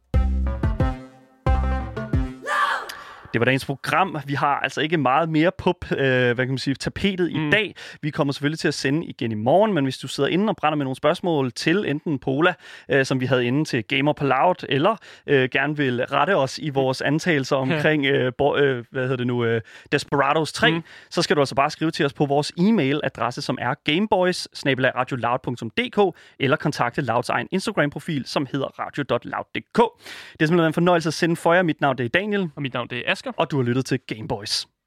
S1: Det var dagens program. Vi har altså ikke meget mere på øh, hvad kan man sige, tapetet mm. i dag. Vi kommer selvfølgelig til at sende igen i morgen, men hvis du sidder inde og brænder med nogle spørgsmål til enten Pola, øh, som vi havde inde til Gamer på Loud, eller øh, gerne vil rette os i vores antagelser omkring øh, bo, øh, hvad hedder det nu, øh, Desperados tre, mm. så skal du altså bare skrive til os på vores e-mailadresse, som er gameboys bindestreg radioloud punktum d k, eller kontakte Louds egen Instagram-profil, som hedder radio punktum loud punktum d k. Det er simpelthen en fornøjelse at sende for jer. Mit navn det er Daniel.
S2: Og mit navn det er Asger.
S1: Og du har lyttet til Gameboys.